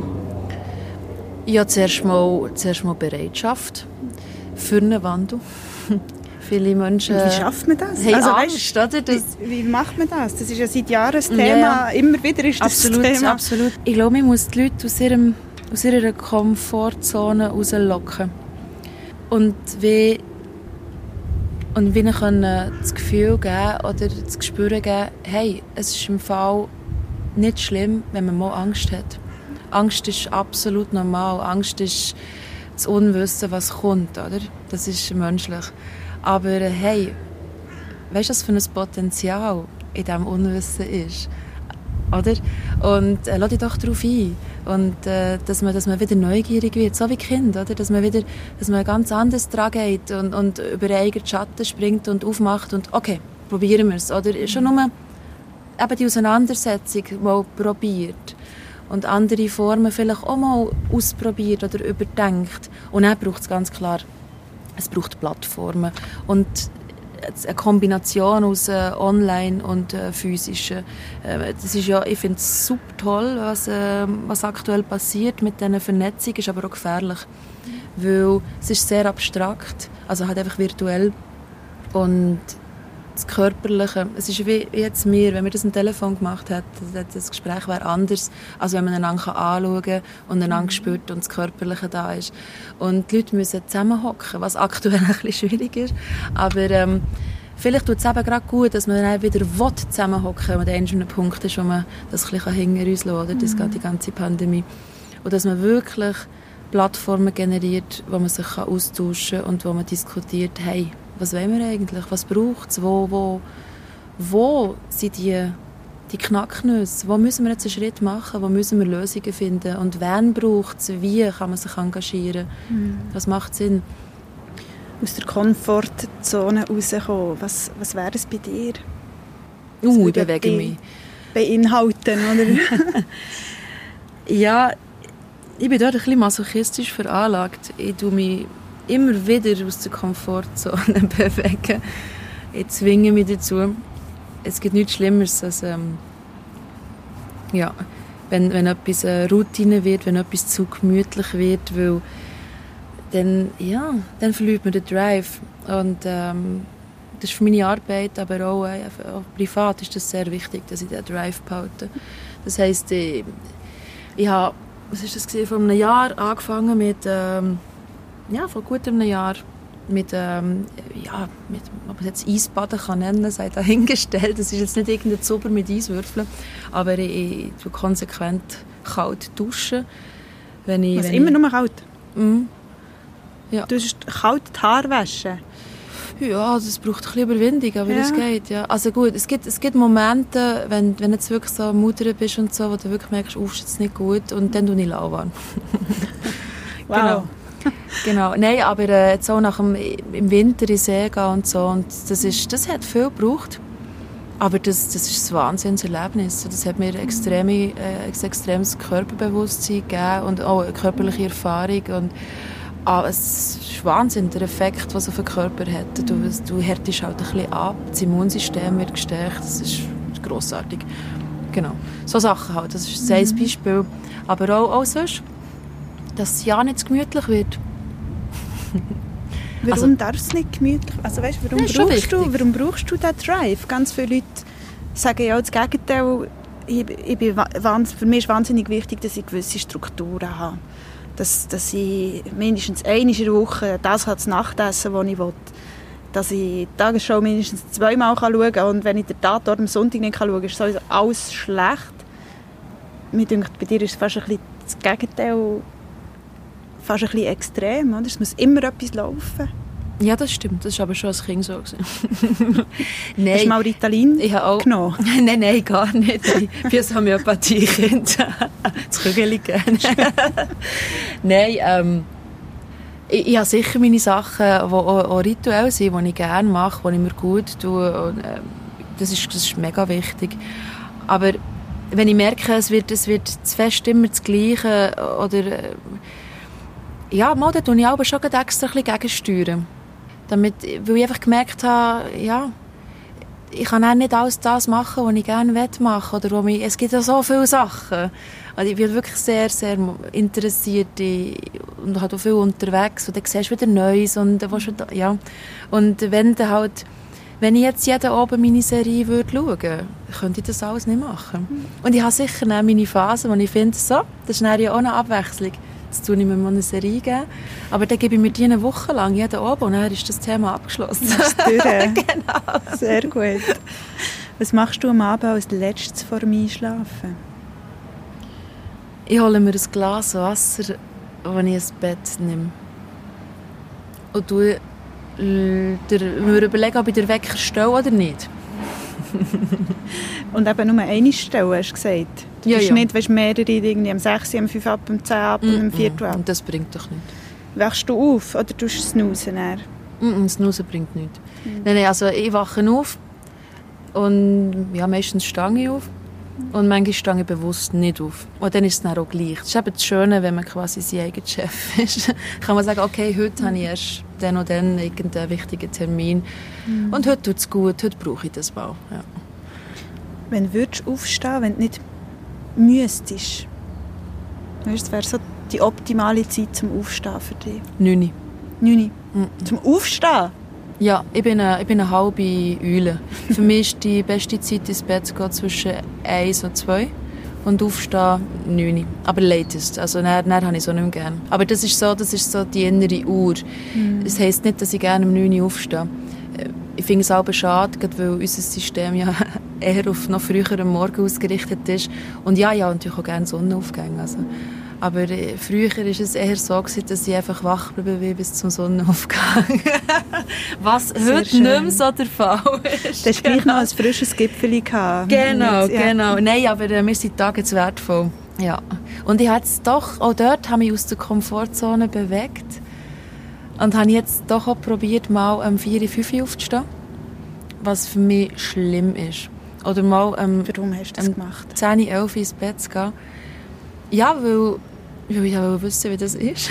Speaker 1: Ja, zuerst mal, zuerst mal Bereitschaft für einen Wandel. Viele Menschen
Speaker 3: wie schafft man das?
Speaker 1: Haben
Speaker 3: also,
Speaker 1: Angst,
Speaker 3: weißt,
Speaker 1: oder? Das,
Speaker 3: wie, wie macht man das? Das ist ja seit Jahren das Thema. Ja, ja. Immer wieder ist das
Speaker 1: absolut,
Speaker 3: das Thema.
Speaker 1: Absolut. Ich glaube, man muss die Leute aus, ihrem, aus ihrer Komfortzone rauslocken. Und wie, und wie ihnen das Gefühl geben oder das Gespür geben, hey, es ist im Fall nicht schlimm, wenn man mal Angst hat. Angst ist absolut normal. Angst ist das Unwissen, was kommt, oder? Das ist menschlich. Aber hey, weißt du, was für ein Potenzial in diesem Unwissen ist? Oder? Und äh, lass dich doch darauf ein. Und äh, dass, man, dass man wieder neugierig wird, so wie Kind, oder? Dass man wieder, dass man ganz anders dran geht und, und über den eigenen Schatten springt und aufmacht und okay, probieren wir es. Oder schon nur eben die Auseinandersetzung mal probiert und andere Formen vielleicht auch mal ausprobiert oder überdenkt. Und dann braucht es ganz klar, es braucht Plattformen und eine Kombination aus äh, online und äh, physischen. Äh, das ist ja, ich finde es super toll, was, äh, was aktuell passiert mit dieser Vernetzung, ist aber auch gefährlich, weil es ist sehr abstrakt, also halt einfach virtuell und das Körperliche, es ist wie jetzt mir, wenn wir das am Telefon gemacht hätten, das Gespräch wäre anders, als wenn man einander anschauen kann und einander spürt und das Körperliche da ist. Und die Leute müssen zusammenhocken, was aktuell ein bisschen schwierig ist, aber ähm, vielleicht tut es eben gerade gut, dass man dann wieder zusammenhocken will, wenn man an einem Punkt ist, wo man das ein bisschen hinter uns lassen kann, das geht die ganze Pandemie. Und dass man wirklich Plattformen generiert, wo man sich austauschen kann und wo man diskutiert, hey, was wollen wir eigentlich? Was braucht es? Wo, wo, wo sind die, die Knacknüsse? Wo müssen wir jetzt einen Schritt machen? Wo müssen wir Lösungen finden? Und wen braucht es? Wie kann man sich engagieren? Mhm. Was macht Sinn?
Speaker 3: Aus der Komfortzone rauskommen. Was, was wäre es bei dir?
Speaker 1: Uh, ich bewege mich.
Speaker 3: Beinhalten, oder?
Speaker 1: Ja, ich bin dort ein bisschen masochistisch veranlagt. Ich tue mich immer wieder aus der Komfortzone bewegen. Ich zwinge mich dazu. Es gibt nichts Schlimmeres, als ähm, ja, wenn, wenn etwas eine Routine wird, wenn etwas zu gemütlich wird, weil dann, ja, dann verliert man den Drive. Und ähm, das ist für meine Arbeit, aber auch, äh, auch privat ist das sehr wichtig, dass ich den Drive behalte. Das heisst, ich, ich habe was war das gewesen? Vor einem Jahr angefangen mit, ähm, ja, vor gut einem Jahr mit, ähm, ja, mit, ob man jetzt Eisbaden kann nennen, sei dahingestellt. Das ist jetzt nicht irgendein Zuber mit Eiswürfeln, aber ich, ich tue konsequent kalt duschen. Wenn ich,
Speaker 3: Was,
Speaker 1: wenn
Speaker 3: immer
Speaker 1: ich,
Speaker 3: nur kalt?
Speaker 1: Mhm. Ja.
Speaker 3: Du hast kalt die Haare waschen?
Speaker 1: Ja, das braucht ein bisschen Überwindung, aber
Speaker 3: Ja.
Speaker 1: es geht, ja. Also gut, es gibt, es gibt Momente, wenn, wenn du jetzt wirklich so mutter bist und so, wo du wirklich merkst, uff, ist jetzt nicht gut, und dann tue ich lauwarm.
Speaker 3: Wow.
Speaker 1: Genau. Genau. Nein, aber äh, jetzt auch nach dem, im Winter in den See gehen und so, und das, ist, das hat viel gebraucht. Aber das, das ist ein Wahnsinnserlebnis. Das hat mir extreme, äh, ein extremes Körperbewusstsein gegeben und auch eine körperliche Erfahrung. Und, ah, es ist Wahnsinn, der Effekt, was es auf den Körper hat. Du, du härtest halt ein bisschen ab, das Immunsystem wird gestärkt, das ist grossartig. Genau, so Sachen halt, das ist ein mhm. Beispiel. Aber auch, auch sonst, dass es ja nicht zu gemütlich wird.
Speaker 3: Warum
Speaker 1: Also,
Speaker 3: darf es nicht gemütlich? Also weißt, warum,
Speaker 1: das ist schon
Speaker 3: brauchst du,
Speaker 1: wichtig.
Speaker 3: warum brauchst du diesen Drive? Ganz viele Leute sagen ja das Gegenteil. Ich, ich bin, wahns- für mich ist wahnsinnig wichtig, dass ich gewisse Strukturen habe. Dass, dass ich mindestens einmal in der Woche das habe, das Nachtessen, das ich will. Dass ich die Tagesschau mindestens zweimal schauen kann. Und wenn ich den Tatort am Sonntag nicht schauen kann, ist sowieso alles schlecht. Mir denkt, bei dir ist es fast ein bisschen das Gegenteil, fast ein bisschen extrem. Oder? Es muss immer etwas laufen.
Speaker 1: ja, das stimmt, das war aber schon als Kind so.
Speaker 3: Hast
Speaker 1: Nein,
Speaker 3: du mal Ritalin
Speaker 1: ich habe auch...
Speaker 3: genommen?
Speaker 1: Nein, nein, gar nicht. Ich bin ein Homöopathie-Kind. Das Kügeli gerne. Nein, ähm, ich, ich habe sicher meine Sachen, die auch, auch rituell sind, die ich gerne mache, die ich mir gut tue. Und, äh, das, ist, das ist mega wichtig. Aber wenn ich merke, es wird, es wird zu fest immer das Gleiche, oder... Äh, ja, mal, da tue ich aber schon extra ein bisschen gegensteuern. Damit, weil ich einfach gemerkt habe, ja, ich kann auch nicht alles das machen, was ich gerne machen will. Oder wo mich, es gibt ja so viele Sachen. Also ich bin wirklich sehr, sehr interessiert und halt auch viel unterwegs. Und dann siehst du wieder Neues. Und, ja. und wenn, dann halt, wenn ich jetzt jeden Abend meine Serie würde schauen würde, könnte ich das alles nicht machen. Und ich habe sicher auch meine Phasen, wo ich finde, so, das ist dann ja auch eine Abwechslung. Jetzt tue ich mir mal eine Serie geben. Aber dann gebe ich mir die eine Woche lang jeden Abend und dann ist das Thema abgeschlossen.
Speaker 3: Das ist durch.
Speaker 1: Genau.
Speaker 3: Sehr gut. Was machst du am Abend als Letztes vor dem Einschlafen?
Speaker 1: Ich hole mir ein Glas Wasser, wenn ich ins Bett nehme. Und tue, äh, der, mir überlegen, ob ich den Wecker stelle oder nicht.
Speaker 3: Und eben nur eine Stelle, hast du gesagt? Du
Speaker 1: Ja,
Speaker 3: bist
Speaker 1: ja.
Speaker 3: nicht, weißt, mehrere, irgendwie am sechs, am fünf ab, am zehn ab und am vier ab.
Speaker 1: Und das bringt doch nichts.
Speaker 3: Wachst du auf oder tust du snoozen? dann?
Speaker 1: Mm, das Snoozen bringt nichts. Nein, nein, also ich wache auf und ja, meistens stehe ich auf und manchmal stehe ich bewusst nicht auf. Und dann ist es dann auch gleich. Das ist eben das Schöne, wenn man quasi sein eigener Chef ist. Kann man sagen, okay, heute habe ich erst dann und dann irgendeinen wichtigen Termin. Mhm. Und heute tut es gut, heute brauche ich das mal. Ja.
Speaker 3: Wenn würdest du aufstehen, wenn du nicht müsstest? Weißt, das wäre so die optimale Zeit zum Aufstehen für dich.
Speaker 1: Neun.
Speaker 3: Neun.
Speaker 1: Mhm.
Speaker 3: Zum Aufstehen?
Speaker 1: Ja, ich bin eine, ich bin eine halbe Eule. Für mich ist die beste Zeit ins Bett zu gehen zwischen eins und zwei und aufstehen neun. Aber latest, also dann, dann habe ich so nicht mehr gerne. Aber das ist so, das ist so die innere Uhr. Mhm. Das heisst nicht, dass ich gerne um neun Uhr aufstehe. Ich finde es auch schade, weil unser System ja eher auf noch früher am Morgen ausgerichtet ist. Und ja, ja, natürlich auch gerne Sonnenaufgänge. Also. Aber äh, früher war es eher so, dass ich einfach wach geblieben bin bis zum Sonnenaufgang. Was
Speaker 3: Sehr
Speaker 1: heute
Speaker 3: schön.
Speaker 1: nicht mehr so der Fall ist.
Speaker 3: Du hast gleich noch ein frisches Gipfeli gehabt.
Speaker 1: Genau,
Speaker 3: Ja.
Speaker 1: genau. Nein, aber äh, wir sind Tage zu wertvoll. Ja. Und ich habe jetzt doch, auch dort habe ich aus der Komfortzone bewegt. Und habe jetzt doch auch probiert, mal um vier, fünf Uhr aufzustehen. Was für mich schlimm ist. Oder mal um,
Speaker 3: Warum hast du das
Speaker 1: um
Speaker 3: gemacht?
Speaker 1: zehn, elf ins Bett zu gehen. Ja, weil, weil ich ja wissen, wie das ist.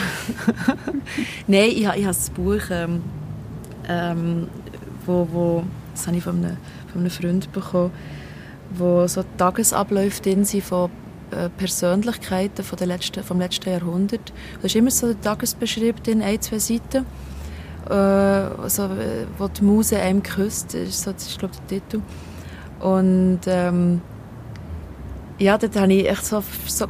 Speaker 1: Nein, ich, ich habe das Buch, ähm, ähm, wo, wo, das habe ich von einem, von einem Freund bekommen, wo so Tagesabläufe drin sind von äh, Persönlichkeiten von der letzten, vom letzten Jahrhundert. Da ist immer so ein Tagesbeschrieb drin, ein, zwei Seiten, äh, also, wo die Muse einem küsst, das ist, so, das ist glaube ich, der Titel. Und ähm, ja, dort habe ich echt so, so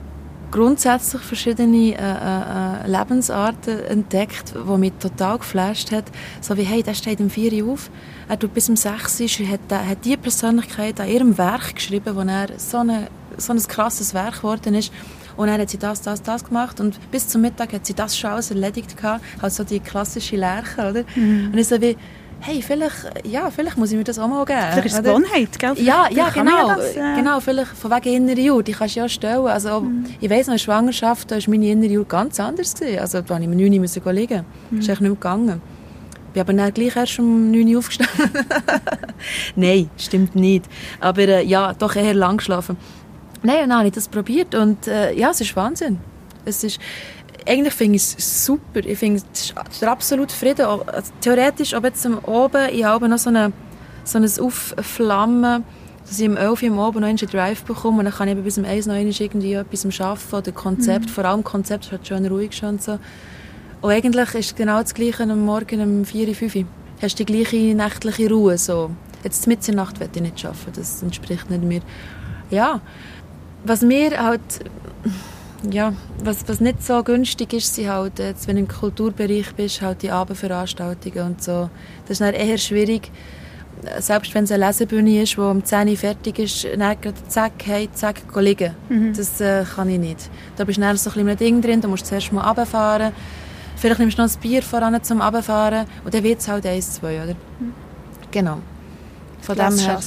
Speaker 1: grundsätzlich verschiedene äh, äh, Lebensarten entdeckt, die mich total geflasht hat. So wie, hey, der steht um vier Uhr auf, er tut bis um sechs Uhr, hat, hat die Persönlichkeit an ihrem Werk geschrieben, wo er so, eine, so ein krasses Werk geworden ist. Und dann hat sie das, das, das gemacht und bis zum Mittag hat sie das schon alles erledigt gehabt. Also die klassische Lerche, oder? Mhm. Und ich so wie, hey, vielleicht, ja, vielleicht muss ich mir das auch mal geben.
Speaker 3: Vielleicht ist es Gewohnheit, gell?
Speaker 1: Ja, ja, genau.
Speaker 3: Das, äh...
Speaker 1: genau. Vielleicht von wegen innere Uhr, die kannst du ja stellen. Also, mhm. Ich weiss noch, in der Schwangerschaft, da war meine innere Uhr ganz anders gewesen. Also, da musste ich um neun Uhr liegen. Mhm. Das ist echt nicht mehr gegangen. Ich bin aber dann gleich erst um neun Uhr aufgestanden. Nein, stimmt nicht. Aber äh, ja, doch eher lang geschlafen. Nein, und dann habe ich das probiert und äh, ja, es ist Wahnsinn. Es ist, eigentlich finde ich es super. Ich finde, es ist der absolute Frieden. Also, theoretisch, ob jetzt oben, ich habe noch so, eine, so ein Aufflammen, dass ich um elf Uhr am Abend noch einen Drive bekomme und dann kann ich bis um eins noch irgendwie etwas arbeiten oder Konzept, mhm. vor allem Konzept, ist halt schön ruhig schon und so. Und eigentlich ist genau das Gleiche am Morgen um vier, fünf Uhr. Hast du die gleiche nächtliche Ruhe. So. Jetzt mitten in der Nacht will ich nicht arbeiten, das entspricht nicht mir. Ja. Was mir halt, ja, was, was nicht so günstig ist, sind halt, jetzt, wenn du im Kulturbereich bist, halt die Abendveranstaltungen und so. Das ist dann eher schwierig, selbst wenn es eine Lesebühne ist, die um zehn Uhr fertig ist, dann gerade zack, hey, zack, liegen. Mhm. Das äh, kann ich nicht. Da bist du dann so ein bisschen Ding drin, da musst du zuerst mal runterfahren. Vielleicht nimmst du noch ein Bier voran zum Runterfahren und dann wird es halt eins, zwei, oder? Mhm. Genau. Von dem her...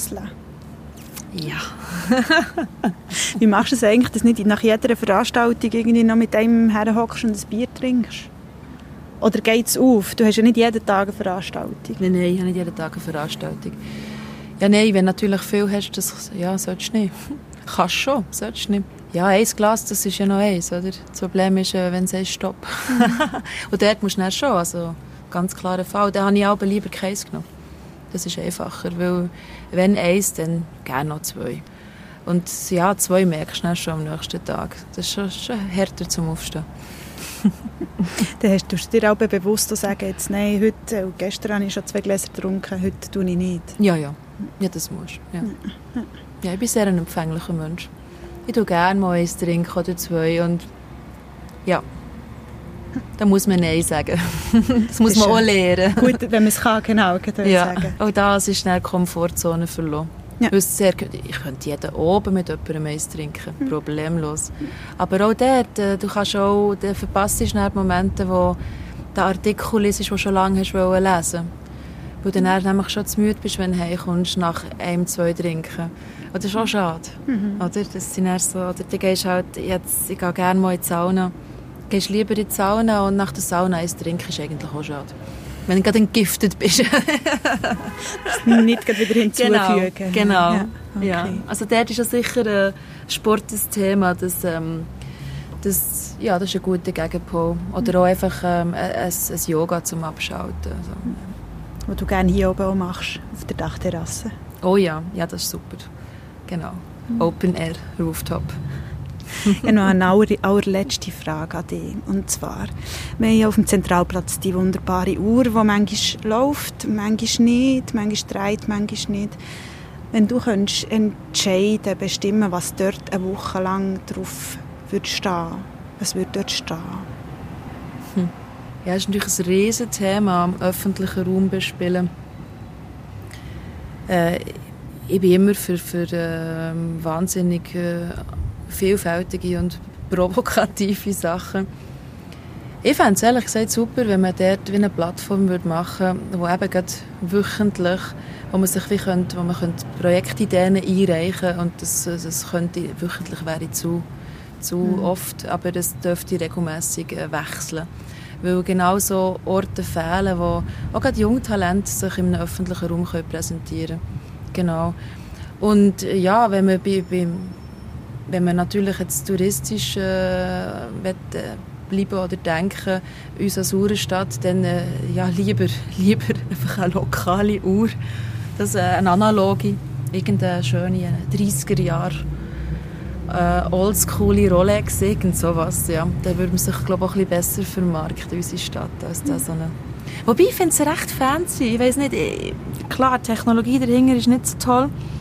Speaker 1: Ja.
Speaker 3: Wie machst du es eigentlich, dass du nicht nach jeder Veranstaltung irgendwie noch mit einem herhockst und ein Bier trinkst? Oder geht es auf? Du hast ja nicht jeden Tag eine Veranstaltung.
Speaker 1: Nein, nein, ich habe nicht jeden Tag eine Veranstaltung. Ja, nein, wenn du natürlich viel hast, das ja, solltest du nicht. Kannst schon, solltest du nicht. Ja, ein Glas, das ist ja noch eins, oder? Das Problem ist, wenn es heißt Stopp. Und dort musst du dann schon, also ganz klarer Fall. Da habe ich auch lieber keins genommen. Das ist einfacher, weil wenn eins, dann gerne noch zwei. Und ja, zwei merkst du schon am nächsten Tag. Das ist schon, schon härter zum Aufstehen.
Speaker 3: Dann hast du dir auch bewusst sagen, jetzt, nein, heute, und gestern habe ich schon zwei Gläser getrunken, heute tue ich nicht.
Speaker 1: Ja, ja, ja das musst du. Ja. Ja, ich bin sehr ein empfänglicher Mensch. Ich tue gerne mal eins trinken oder zwei und ja. Da muss man Nein sagen. Das muss das man auch lernen.
Speaker 3: Gut, wenn man es kann, genau, kann
Speaker 1: ja.
Speaker 3: sagen.
Speaker 1: Auch das ist eine Komfortzone verloren. Ja. Sehr, ich könnte jeden oben mit jemandem eins trinken, mhm. problemlos. Aber auch dort, du kannst auch, du verpasst Momente, wo der Artikel ist, den du schon lange hast lesen wolltest. Weil du dann nämlich schon zu müde bist, wenn du heimkommst, nach einem, zwei trinken. Und das ist auch schade. Mhm. Oder? Das sind so, oder du gehst halt, jetzt, ich gehe gerne mal in die Sauna. Du gehst lieber in die Sauna und nach der Sauna eins trinken ist eigentlich auch schade. Wenn du gerade entgiftet bist.
Speaker 3: Nicht gerade wieder hinzufügen.
Speaker 1: Genau, genau. Ja, okay. Ja. Also dort ist ja sicher äh, Sport das Thema. Das, ähm, das, ja, das ist ein guter Gegenpol. Oder auch einfach ähm, ein, ein Yoga zum Abschalten. Also.
Speaker 3: Was du gerne hier oben auch machst, auf der Dachterrasse.
Speaker 1: Oh ja, ja, das ist super. Genau. Mhm. Open Air, Rooftop.
Speaker 3: Ich habe noch eine aller, allerletzte Frage an dich. Und zwar, wir haben hier auf dem Zentralplatz die wunderbare Uhr, die manchmal läuft, manchmal nicht, manchmal dreht, manchmal nicht. Wenn du könntest entscheiden, bestimmen, was dort eine Woche lang drauf würde stehen, was würde dort stehen?
Speaker 1: Hm. Ja, das ist natürlich ein Riesenthema, am öffentlichen Raum bespielen. Äh, ich bin immer für, für äh, wahnsinnig äh, vielfältige und provokative Sachen. Ich fände es ehrlich gesagt super, wenn man dort wie eine Plattform machen würde, wo eben gerade wöchentlich, wo man sich wie könnte, wo man könnte Projektideen einreichen und das, das könnte wöchentlich wäre zu, zu mhm. oft, aber das dürfte regelmässig äh, wechseln. Weil genau so Orte fehlen, wo auch gerade junge Talente sich im öffentlichen Raum können präsentieren können. Genau. Und ja, wenn man bei, bei Wenn man natürlich jetzt touristisch äh, will, äh, bleiben oder denken, uns als Uhrenstadt, dann äh, ja, lieber, lieber einfach eine lokale Uhr, das, äh, eine analoge, irgendeine schöne dreißiger Jahre äh, oldschoole Rolex, irgend sowas. Ja. Dann würde man sich, glaube ich, auch ein bisschen besser vermarkten, unsere Stadt, als das so eine. Wobei, ich finde es recht fancy. Ich weiss nicht, klar, die Technologie dahinter ist nicht so toll.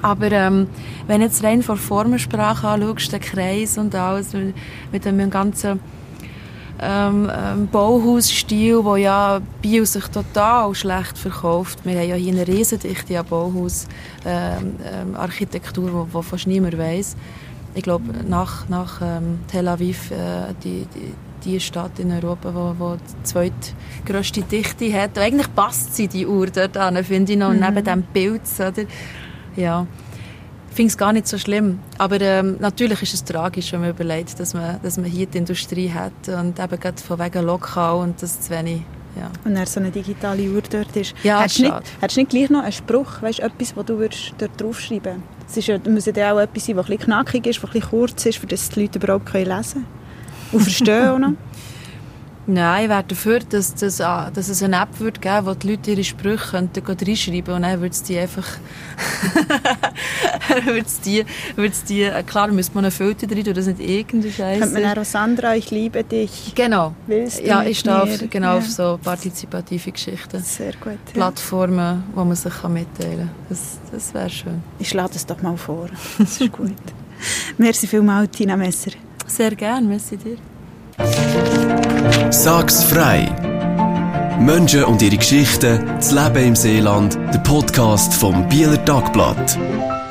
Speaker 1: Aber ähm, wenn du jetzt rein von Formensprache anschaust, den Kreis und alles, mit dem ganzen ähm, ähm, Bauhausstil, wo ja Biel sich total schlecht verkauft. Wir haben ja hier eine Riesendichte an Bauhausarchitektur, ähm, ähm, die fast niemand weiss. Ich glaube, nach, nach ähm, Tel Aviv, äh, die, die, die Stadt in Europa, die, die die zweitgrösste Dichte hat. Und eigentlich passt sie, die Uhr dort an, finde ich noch, mhm. neben dem Pilz. Oder? Ja. Ich finde es gar nicht so schlimm. Aber ähm, natürlich ist es tragisch, wenn man überlegt, dass man, dass man hier die Industrie hat und eben gerade von wegen lokal und das zu wenig. Ja.
Speaker 3: Und dann so eine digitale Uhr dort ist.
Speaker 1: Ja,
Speaker 3: hättest du nicht, hättest nicht gleich noch einen Spruch, weißt, etwas, was du dort draufschreiben würdest? Es ja, muss ja auch etwas sein, das ein bisschen knackig ist, das ein bisschen kurz ist, damit die Leute überhaupt lesen können und verstehen auch noch.
Speaker 1: Nein, ich wäre dafür, dass, dass, dass es eine App wird geben, wo die Leute ihre Sprüche könnten reinschreiben könnten und dann würde es die einfach... wird's die, wird's die, klar, müsste man einen Filter drin tun, das ist nicht irgendeine Scheiße.
Speaker 3: Könnte man auch Sandra, ich liebe dich.
Speaker 1: Genau.
Speaker 3: Willst du
Speaker 1: ja, ich stehe auf, genau
Speaker 3: ja.
Speaker 1: auf so partizipative Geschichten.
Speaker 3: Sehr gut. Ja.
Speaker 1: Plattformen, wo man sich mitteilen kann. Das, das wäre schön.
Speaker 3: Ich schlage das doch mal vor. Das ist gut. Merci vielmals, Tina Messer.
Speaker 1: Sehr gerne, merci dir.
Speaker 2: Sag's frei! Menschen und ihre Geschichten, das Leben im Seeland, der Podcast vom Bieler Tagblatt.